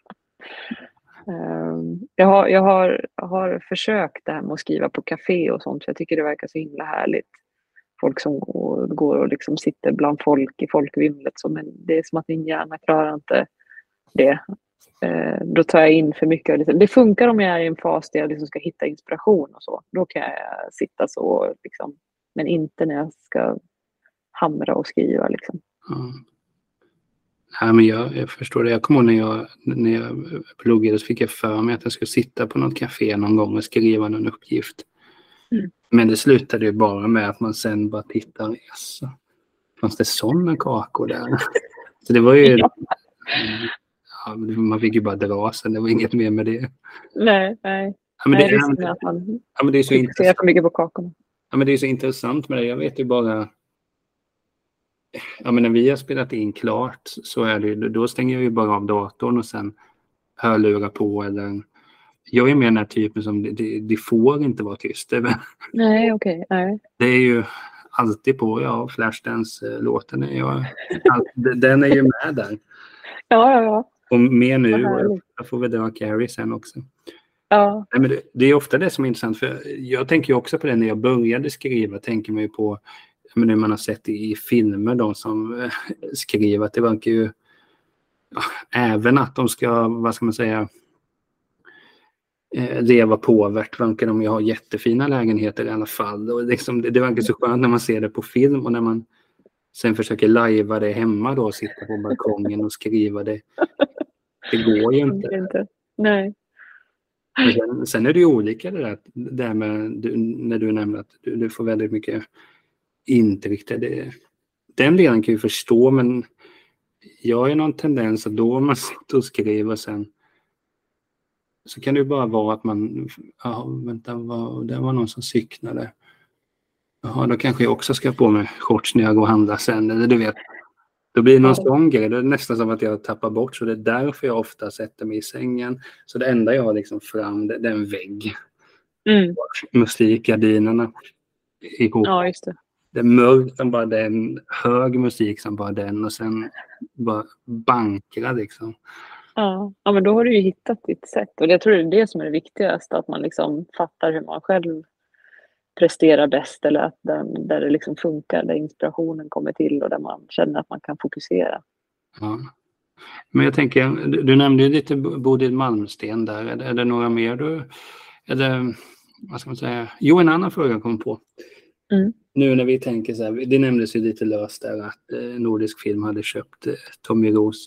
Jag har försökt det här med att skriva på café och sånt, för jag tycker det verkar så himla härligt. Folk som går och liksom sitter bland folk i folkvimlet, men det är som att min hjärna klarar inte det. Då tar jag in för mycket av det. Det funkar om jag är i en fas där jag liksom ska hitta inspiration och så. Då kan jag sitta så liksom, men inte när jag ska hamra och skriva liksom. Ja. Ja, men jag förstår det. Jag kommer ihåg när jag pluggade så fick jag för mig att jag skulle sitta på något café någon gång och skriva någon uppgift. Men det slutade ju bara med att man sen bara tittar. Alltså, fanns det sådana kakor där? Så det var ju... Ja, man fick ju bara dra sen. Det var inget mer med det. Nej. Ja, men det är så intressant. För mycket på kakorna. Ja, men det är så intressant med det. Jag vet ju bara... Ja, men när vi har spelat in klart så är det, då stänger jag ju bara av datorn och sen hörlurar på. Eller, jag är mer den här typen som det får inte vara tyst. Nej, okej. Nej. Det är ju alltid på, Flashdance-låten. Den är ju med där. Ja. Och mer nu, jag får väl dra Carrie sen också. Ja. Nej, men det är ofta det som är intressant. För jag tänker ju också på det när jag började skriva. Tänker man ju på det man har sett i filmer, de som skriver, att det verkar ju även att de ska, vad ska man säga, leva påvärt, verkar de ju ha jättefina lägenheter i alla fall. Och liksom, det verkar så skönt när man ser det på film och när man sen försöker lajva det hemma då, sitta på balkongen och skriva det. Det går ju inte. Nej. Men sen är det ju olika det där med när du nämnde att du får väldigt mycket intryck. Den delen kan ju förstå, men jag har ju någon tendens att då man sitter och skriver sen så kan det ju bara vara att man det var någon som cyklade. Jaha, då kanske jag också ska på mig shorts när jag går och handlar sen, eller du vet. Då blir det någon sån grej. Det är nästan som att jag tappar bort, så det är därför jag ofta sätter mig i sängen. Så det enda jag har liksom fram, det är en vägg. Musikgardinerna ihop. Ja, just det. Det är mörkt som bara den, hög musik som bara den och sen bara bankra liksom. Ja, men då har du ju hittat ditt sätt och jag tror det är det som är det viktigaste, att man liksom fattar hur man själv presterar bäst, eller att där det liksom funkar, där inspirationen kommer till och där man känner att man kan fokusera. Ja. Men jag tänker, du nämnde ju lite Bodil Malmsten där. Är det några mer du, eller vad ska man säga? Jo, en annan fråga kom på. Nu när vi tänker så här, det nämndes ju lite löst där att Nordisk Film hade köpt Tommy Roos.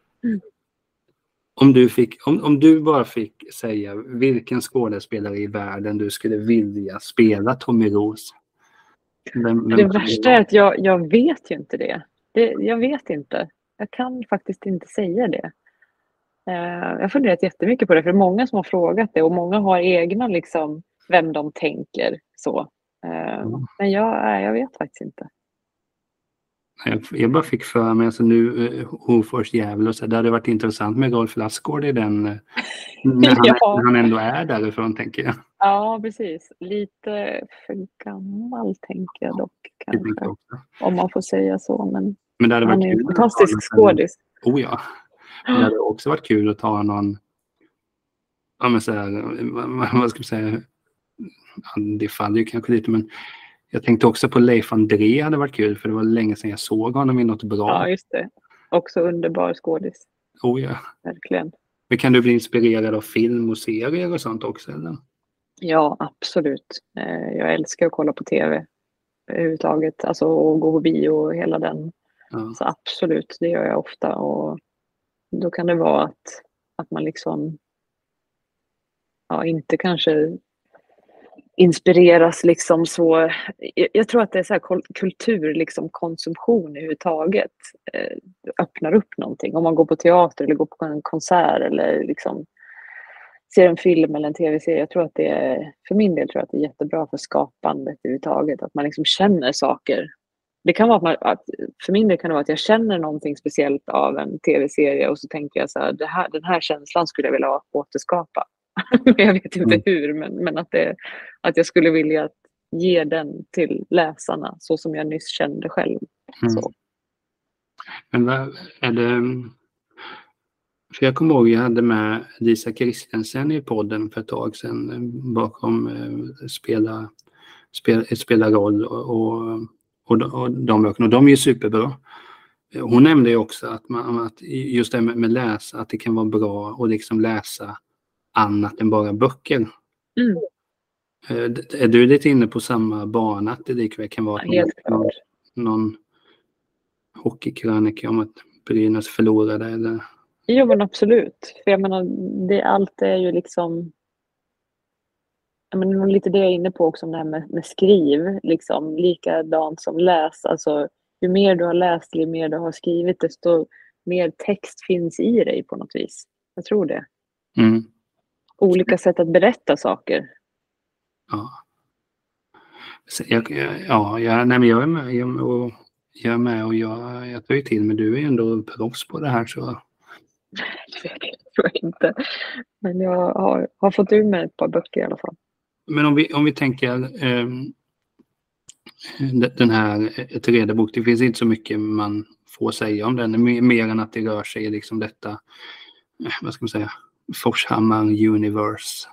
Om du bara fick säga vilken skådespelare i världen du skulle vilja spela Tommy Roos. Det värsta är att jag vet ju inte det. Jag vet inte. Jag kan faktiskt inte säga det. Jag har funderat jättemycket på det, för det är många som har frågat det och många har egna liksom vem de tänker så. Men jag vet faktiskt inte. Jag bara fick för mig, alltså nu Hofors Gävle och så, det hade varit intressant med Rolf Lassgård i den när han ändå är därifrån, tänker jag. Ja, precis. Lite för gammal tänker jag dock kanske. Om man får säga så, men det hade varit en fantastisk skådis. Oh ja. Det hade också varit kul att ta någon, ja men så här, vad ska man säga, det faller ju kanske lite, men jag tänkte också på Leif André, hade varit kul, för det var länge sedan jag såg honom i något bra. Ja, just det. Också underbar skådis. Oh ja. Verkligen. Men kan du bli inspirerad av film och serier och sånt också, eller? Ja, absolut. Jag älskar att kolla på tv överhuvudtaget. Alltså och gå på bio och hela den. Ja. Så absolut, det gör jag ofta. Och då kan det vara att man liksom inte kanske inspireras liksom så. Jag tror att det är så här kultur, liksom konsumtion överhuvudtaget öppnar upp någonting. Om man går på teater eller går på en konsert eller liksom ser en film eller en tv-serie. Jag tror att för min del tror jag att det är jättebra för skapandet överhuvudtaget. Att man liksom känner saker det kan vara att för min del kan det vara att jag känner någonting speciellt av en tv-serie och så tänker jag så här, den här känslan skulle jag vilja återskapa. Men jag vet inte hur, men att jag skulle vilja ge den till läsarna så som jag nyss kände själv. Så. Men vad är det? För jag kommer ihåg jag hade med Lisa Christensen i podden för ett tag sedan bakom spela roll och de böckerna. Och de är ju superbra. Hon nämnde ju också att just det med läsa, att det kan vara bra att liksom läsa annat än bara böcker. Är du lite inne på samma bana, att det likväl kan vara någon hockeykrönika om att Brynäs förlorade eller? Jo, men absolut. För jag menar, allt är ju liksom, jag menar, lite det jag är inne på också, om det här med skriv, liksom likadant som läs. Alltså, ju mer du har läst, ju mer du har skrivit, desto mer text finns i dig på något vis. Jag tror det. Olika sätt att berätta saker. Ja. Jag är med och jag tar ju till, men du är ju ändå proffs på det här så. Det tror jag inte. Men jag har fått ur mig ett par böcker i alla fall. Men om vi tänker den här tredje bok, det finns inte så mycket man får säga om den, mer än att det rör sig i liksom detta, vad ska man säga, Forshammar Universe.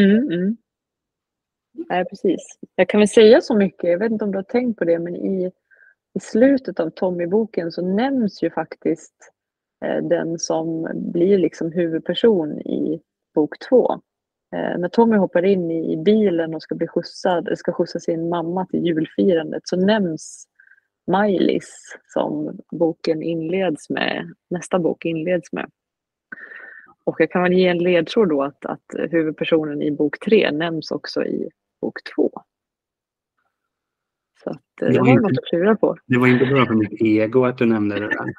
Nej, precis. Jag kan väl säga så mycket, jag vet inte om du har tänkt på det, men i slutet av Tommy-boken så nämns ju faktiskt den som blir liksom huvudperson i bok 2. När Tommy hoppar in i bilen och ska skjutsa sin mamma till julfirandet, så nämns Maj-Lis som nästa bok inleds med. Och jag kan väl ge en ledtråd då att huvudpersonen i bok 3 nämns också i bok 2. Så att det var något att klura på. Det var inte bra för mitt ego att du nämnde det där.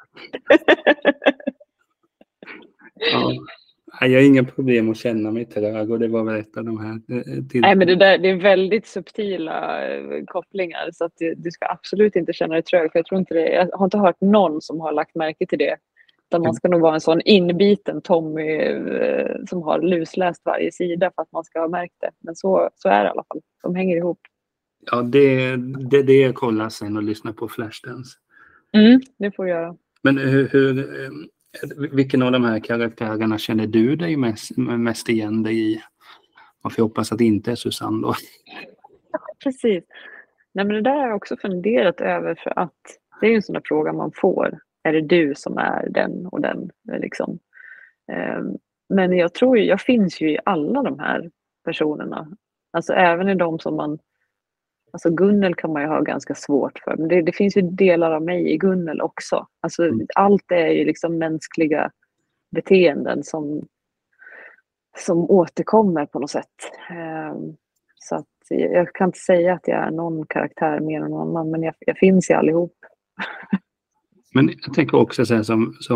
Ja. Jag har inga problem att känna mig trög, och det var väl ett av de här. Nej, men det är väldigt subtila kopplingar, så att du ska absolut inte känna dig trög. För jag har inte hört någon som har lagt märke till det. Utan man ska nog vara en sån inbiten Tommy som har lusläst varje sida för att man ska ha märkt det. Men så är det i alla fall. De hänger ihop. Ja, det jag kollar sen och lyssnar på Flashdance. Det får jag göra. Men vilken av de här karaktärerna känner du dig mest igen dig i? Och jag hoppas att det inte är Susanne då. Ja, precis. Nej, men det där har jag också funderat över, för att det är ju en sån där fråga man får. Är det du som är den och den? Liksom. Men jag tror jag finns ju i alla de här personerna. Alltså även i de som man... Alltså Gunnel kan man ju ha ganska svårt för. Men det finns ju delar av mig i Gunnel också. Alltså allt är ju liksom mänskliga beteenden som återkommer på något sätt. Så att jag kan inte säga att jag är någon karaktär mer än någon annan. Men jag finns i allihop. Men jag tänker också så här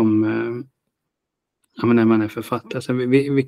när man är författare. Så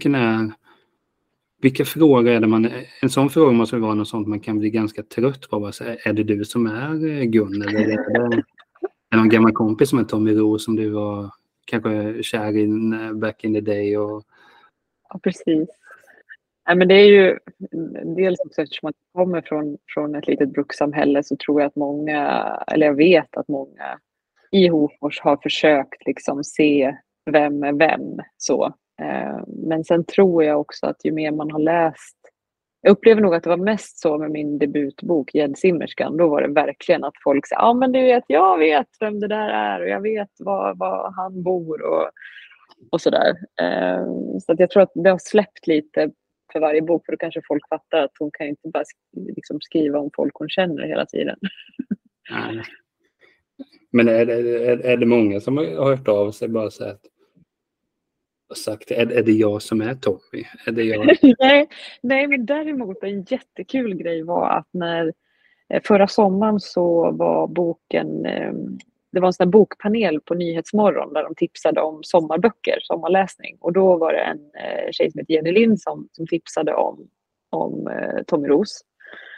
vilka frågor är det en sån fråga måste vara något sånt man kan bli ganska trött på. Alltså, är det du som är Gunnel? Eller är det någon gammal kompis som är Tommy Rose som du var kanske kär i back in the day? Och... Ja, precis. Nej, men det är ju dels också eftersom man kommer från ett litet brukssamhälle, så tror jag att jag vet att många i Hofors har försökt liksom se vem är vem så. Men sen tror jag också att ju mer man har läst, jag upplever nog att det var mest så med min debutbok Gäddsimmerskan. Då var det verkligen att folk sa, ja men du vet, jag vet vem det där är och jag vet var han bor och sådär. Så att jag tror att det har släppt lite för varje bok, för då kanske folk fattar att hon kan inte bara liksom skriva om folk hon känner hela tiden. Nej. Men är det många som har hört av sig bara så att sagt, är det jag som är Tommy? Är det jag? Nej, men däremot en jättekul grej var att när förra sommaren så var boken, det var en sån här bokpanel på Nyhetsmorgon där de tipsade om sommarböcker, sommarläsning. Och då var det en tjej som heter Jenny Lind som tipsade om Tommy Rose.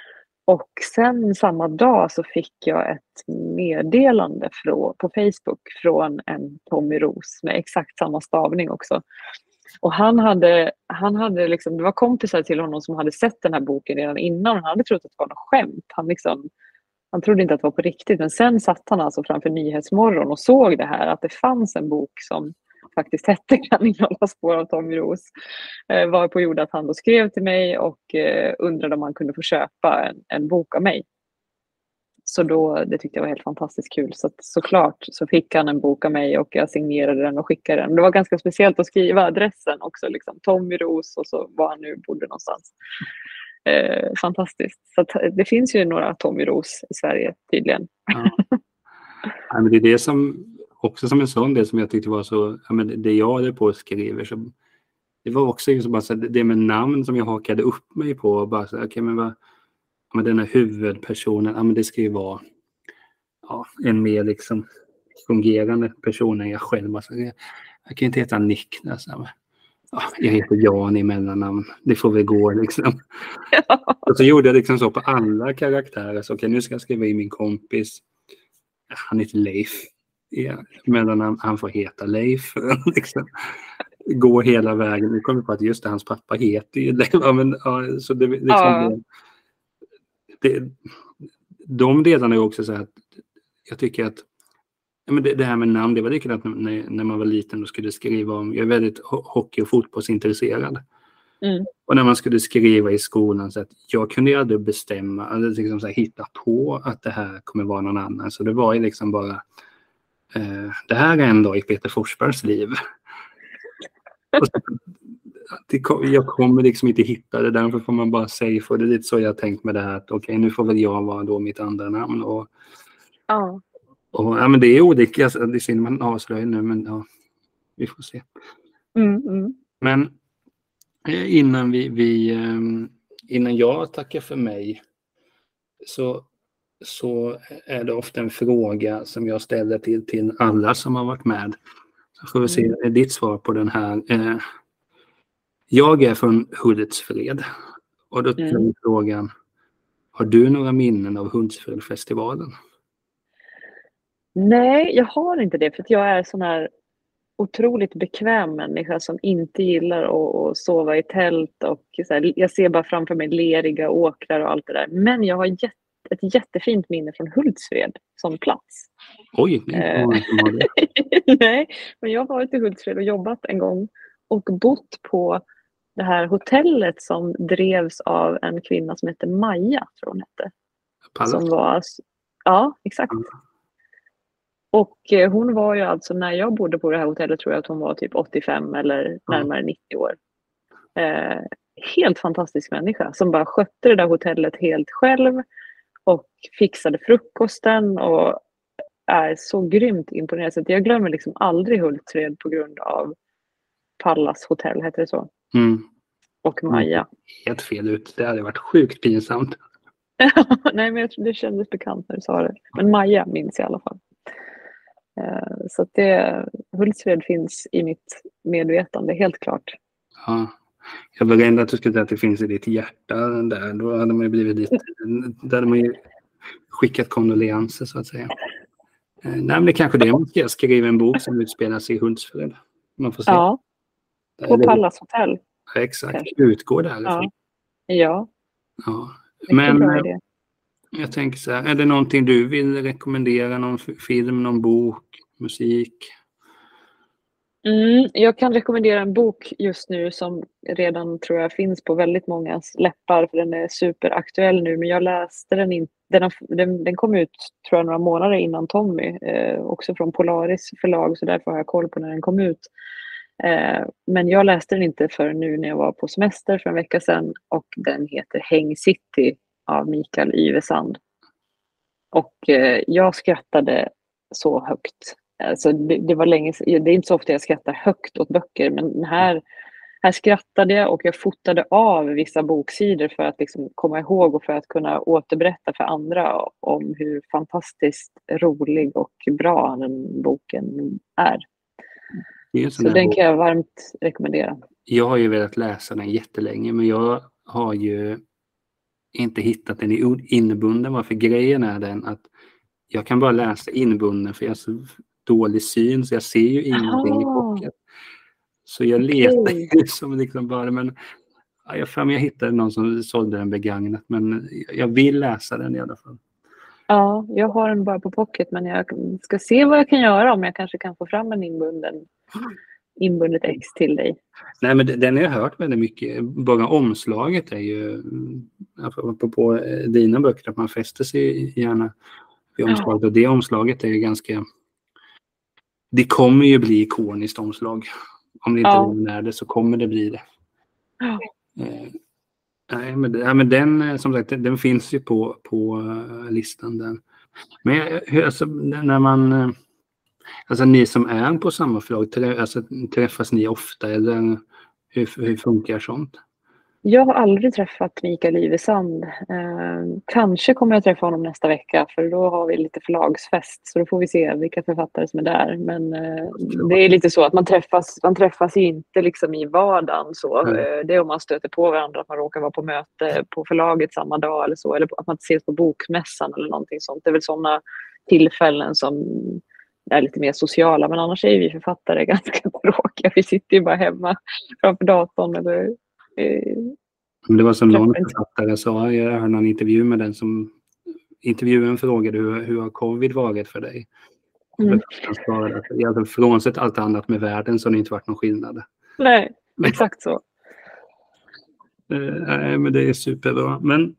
Och sen samma dag så fick jag ett meddelande på Facebook från en Tommy Roos med exakt samma stavning också. Och han hade liksom, det var kompisar till honom som hade sett den här boken redan innan. Han hade trott att det var något skämt. Han trodde inte att det var på riktigt. Men sen satt han alltså framför Nyhetsmorgon och såg det här. Att det fanns en bok som faktiskt hette Kan innehålla spår av Tommy Roos. Varpå gjorde att han då skrev till mig och undrade om han kunde få köpa en bok av mig. Så då, det tyckte jag var helt fantastiskt kul. Såklart så fick han en bok av mig och jag signerade den och skickade den. Det var ganska speciellt att skriva adressen också. Liksom, Tommy Roos och så var han nu bodde någonstans. Fantastiskt. Så det finns ju några Tommy Roos i Sverige tydligen. Ja. Ja, men det är det som också som en sån del som jag tyckte var så, ja, men det jag hade på skriver så det var också liksom bara så det med namn som jag hakade upp mig på och bara så okej, men den här huvudpersonen, ja men det ska ju vara en mer liksom fungerande person än jag själv. Alltså, jag kan inte heta Niklas. Jag heter Jan i mellannamn. Det får väl gå liksom. Ja. Och så gjorde jag liksom så på alla karaktärer. Så okej, nu ska jag skriva in min kompis. Han heter Leif. Mellannamn, han får heta Leif. Liksom. Gå hela vägen. Nu kommer jag på att just det, hans pappa heter ju Leif. Ja, men, ja, så det, liksom, de delarna är också så att jag tycker att men det här med namn, det var likadant när man var liten och skulle skriva om, jag är väldigt hockey- och fotbollsintresserad. Och när man skulle skriva i skolan så att jag kunde ju aldrig bestämma, alltså liksom så här, hitta på att det här kommer vara någon annan. Så det var ju liksom bara det här är en dag i Peter Forsbergs liv. Och så, jag kommer liksom inte hitta det, därför får man bara säga, för det är lite så jag har tänkt med det här att okej, nu får väl jag vara då mitt andra namn och ja, men det är olika, alltså, det är synd man avslöjar nu, men ja, vi får se. Men innan jag tackar för mig så är det ofta en fråga som jag ställer till alla som har varit med. Så får vi se ditt svar på den här. Jag är från Hultsfred och då är frågan, har du några minnen av Hultsfredfestivalen? Nej, jag har inte det, för att jag är sån här otroligt bekväm människa som inte gillar att sova i tält och så här, jag ser bara framför mig leriga åkrar och allt det där. Men jag har ett jättefint minne från Hultsfred som plats. Oj, nej, men jag har varit i Hultsfred och jobbat en gång och bott på det här hotellet som drevs av en kvinna som hette Maja, tror hon hette. Som var, ja, exakt. Och hon var ju alltså, när jag bodde på det här hotellet tror jag att hon var typ 85 eller närmare 90 år. Helt fantastisk människa som bara skötte det där hotellet helt själv och fixade frukosten och är så grymt imponerad. Så jag glömmer liksom aldrig Hultsfred på grund av Pallas hotell, heter det så. Och Maja. Helt fel ut, det hade varit sjukt pinsamt. Nej, men det kändes bekant när du sa det. Men Maja minns jag i alla fall. Så att Hultsfred finns i mitt medvetande, helt klart. Ja, jag var rädd att du skulle säga att det finns i ditt hjärta där. Då hade man ju blivit lite, där hade man ju skickat kondolenser så att säga. Nej, men det kanske det man ska skriva en bok som utspelar sig i Hultsfred. Man får se. Ja, på Pallas hotell. Exakt, kanske. Utgår därifrån. Ja. Men jag tänker så här, är det någonting du vill rekommendera? Någon film, någon bok, musik? Jag kan rekommendera en bok just nu som redan tror jag finns på väldigt mångas läppar, för den är superaktuell nu, men jag läste den inte. Den kom ut tror jag några månader innan Tommy, också från Polaris förlag, så därför har jag koll på när den kom ut. Men jag läste den inte för nu när jag var på semester för en vecka sedan, och den heter Häng City av Mikael Yvesand. Och jag skrattade så högt. Alltså det var länge, det är inte så ofta jag skrattar högt åt böcker, men här skrattade jag, och jag fotade av vissa boksidor för att liksom komma ihåg och för att kunna återberätta för andra om hur fantastiskt rolig och bra den boken är. Så den kan jag varmt rekommendera. Jag har ju velat läsa den jättelänge, men jag har ju inte hittat den inbunden. Varför grejen är den att jag kan bara läsa inbunden för jag har så dålig syn så jag ser ju ingenting i pocket. Så jag letar som liksom bara, men jag hittade någon som sålde den begagnat, men jag vill läsa den i alla fall. Ja, jag har den bara på pocket, men jag ska se vad jag kan göra om jag kanske kan få fram en inbundet ex till dig. Nej, men den har jag hört väldigt mycket. Bara omslaget är ju, på dina böcker, att man fäster sig gärna vid omslaget. Och det omslaget är ju ganska, det kommer ju bli ikoniskt omslag. Om det inte är det så kommer det bli det. Ja. Nej, men den, som sagt, den finns ju på listan där. Men alltså, när man, alltså ni som är på samma förlag, alltså, träffas ni ofta eller hur funkar sånt? Jag har aldrig träffat Mikael Ivesand. Kanske kommer jag träffa honom nästa vecka, för då har vi lite förlagsfest, så då får vi se vilka författare som är där. Men det är lite så att man träffas ju inte liksom i vardagen så. Det är om man stöter på varandra, att man råkar vara på möte på förlaget samma dag eller så, eller att man ses på bokmässan eller någonting sånt. Det är väl sådana tillfällen som är lite mer sociala, men annars är vi författare ganska tråkiga. Vi sitter ju bara hemma framför datorn eller det var som någon författare sa, jag hörde någon intervju med den som intervjun frågade hur har covid varit för dig? Jag frånsett allt annat med världen så har det inte varit någon skillnad. Nej, exakt så. Nej, men det är superbra. Men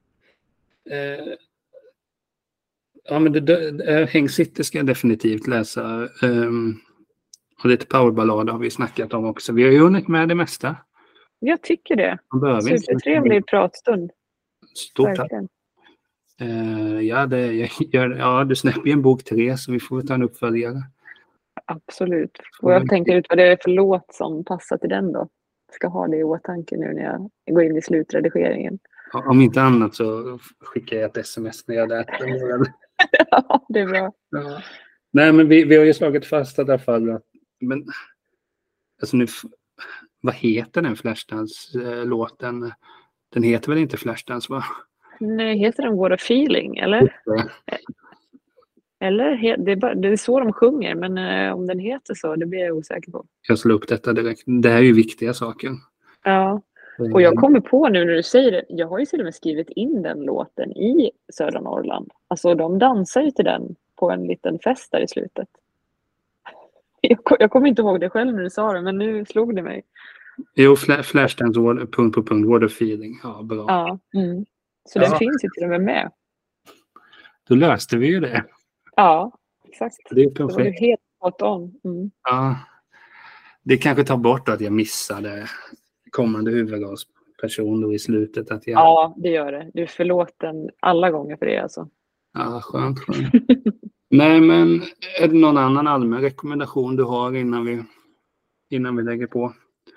men Häng City ska jag definitivt läsa. Och lite powerballad har vi snackat om också. Vi har ju hunnit med det mesta. Jag tycker det. Supertrevlig pratstund. Stort tack. Du släpper ju en bok 3 så vi får ta en uppföljare. Absolut. Och jag tänker ut vad det är för låt som passar till den då. Jag ska ha det i åtanke nu när jag går in i slutredigeringen. Om inte annat så skickar jag ett sms när jag läser den. Ja, det är bra. Ja. Nej, men vi har ju slagit fast i alla fall. Men alltså nu, vad heter den Flashdance-låten? Den heter väl inte Flashdance, va? Nej, heter den What a feeling, eller? Eller, det är så de sjunger, men om den heter så, det blir jag osäker på. Jag slår upp detta direkt. Det här är ju viktiga saker. Ja, och jag kommer på nu när du säger det, jag har ju till och med skrivit in den låten i södra Norrland. Alltså de dansar ju till den på en liten fest där i slutet. Jag kommer inte ihåg det själv när du sa det, men nu slog det mig. Jo, Flashdance, punkt på punkt, what a feeling. Ja, bra. Ja, så den finns ju till och med. Då löste vi ju det. Ja, exakt. Det är perfekt. Det var ju helt spot on. Ja, det kanske tar bort att jag missade kommande huvudrollsperson då i slutet. Att jag... Ja, det gör det. Du är förlåten alla gånger för det alltså. Ja, skönt. Nej, men är det någon annan allmän rekommendation du har innan vi lägger på?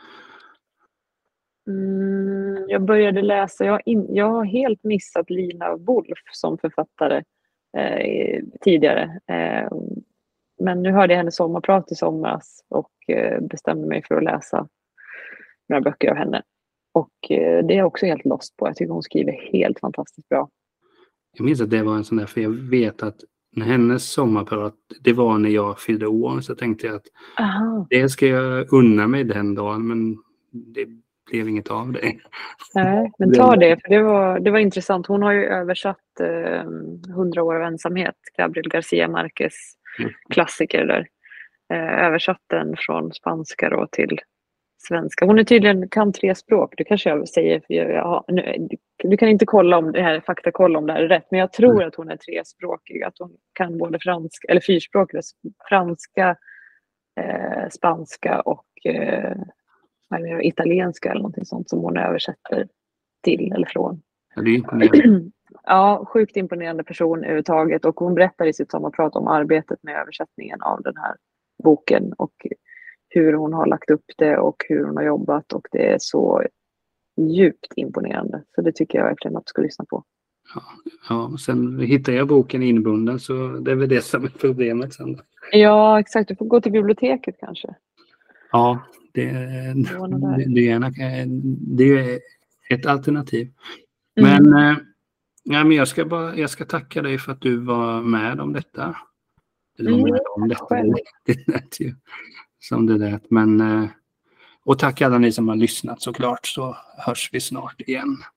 Jag började läsa, jag har helt missat Lina Wolf som författare tidigare. Men nu hörde jag hennes sommarprat i somras och bestämde mig för att läsa några böcker av henne. Och det är jag också helt lost på. Jag tycker hon skriver helt fantastiskt bra. Jag minns att det var en sån där, för jag vet att när hennes sommarprat, det var när jag fyllde år, så tänkte jag att det ska jag unna mig den dagen, men det blev inget av det. Nej, men ta det, för det var intressant. Hon har ju översatt 100 år av ensamhet, Gabriel García Márquez klassiker där. Översatt den från spanska då till svenska. Hon är tydligen kan 3 språk. Du kanske jag säger, du kan inte kolla om det här, faktakolla om det här är rätt, men jag tror att hon är 3-språkig, att hon kan både franska, eller 4-språkig, franska, spanska och italienska eller någonting sånt som hon översätter till eller från. Ja, det är imponerande. Ja, sjukt imponerande person överhuvudtaget, och hon berättar i sitt sommarprat om arbetet med översättningen av den här boken och hur hon har lagt upp det och hur hon har jobbat, och det är så djupt imponerande. Så det tycker jag verkligen att du ska lyssna på. Ja, sen hittar jag boken inbunden, så det är väl det som är problemet sen. Ja, exakt. Du får gå till biblioteket kanske. Ja, det är ett alternativ. Men, ja, men jag ska tacka dig för att du var med om detta. Du var med om detta. Det lät ju som det lät. Men, och tack alla ni som har lyssnat såklart, så hörs vi snart igen.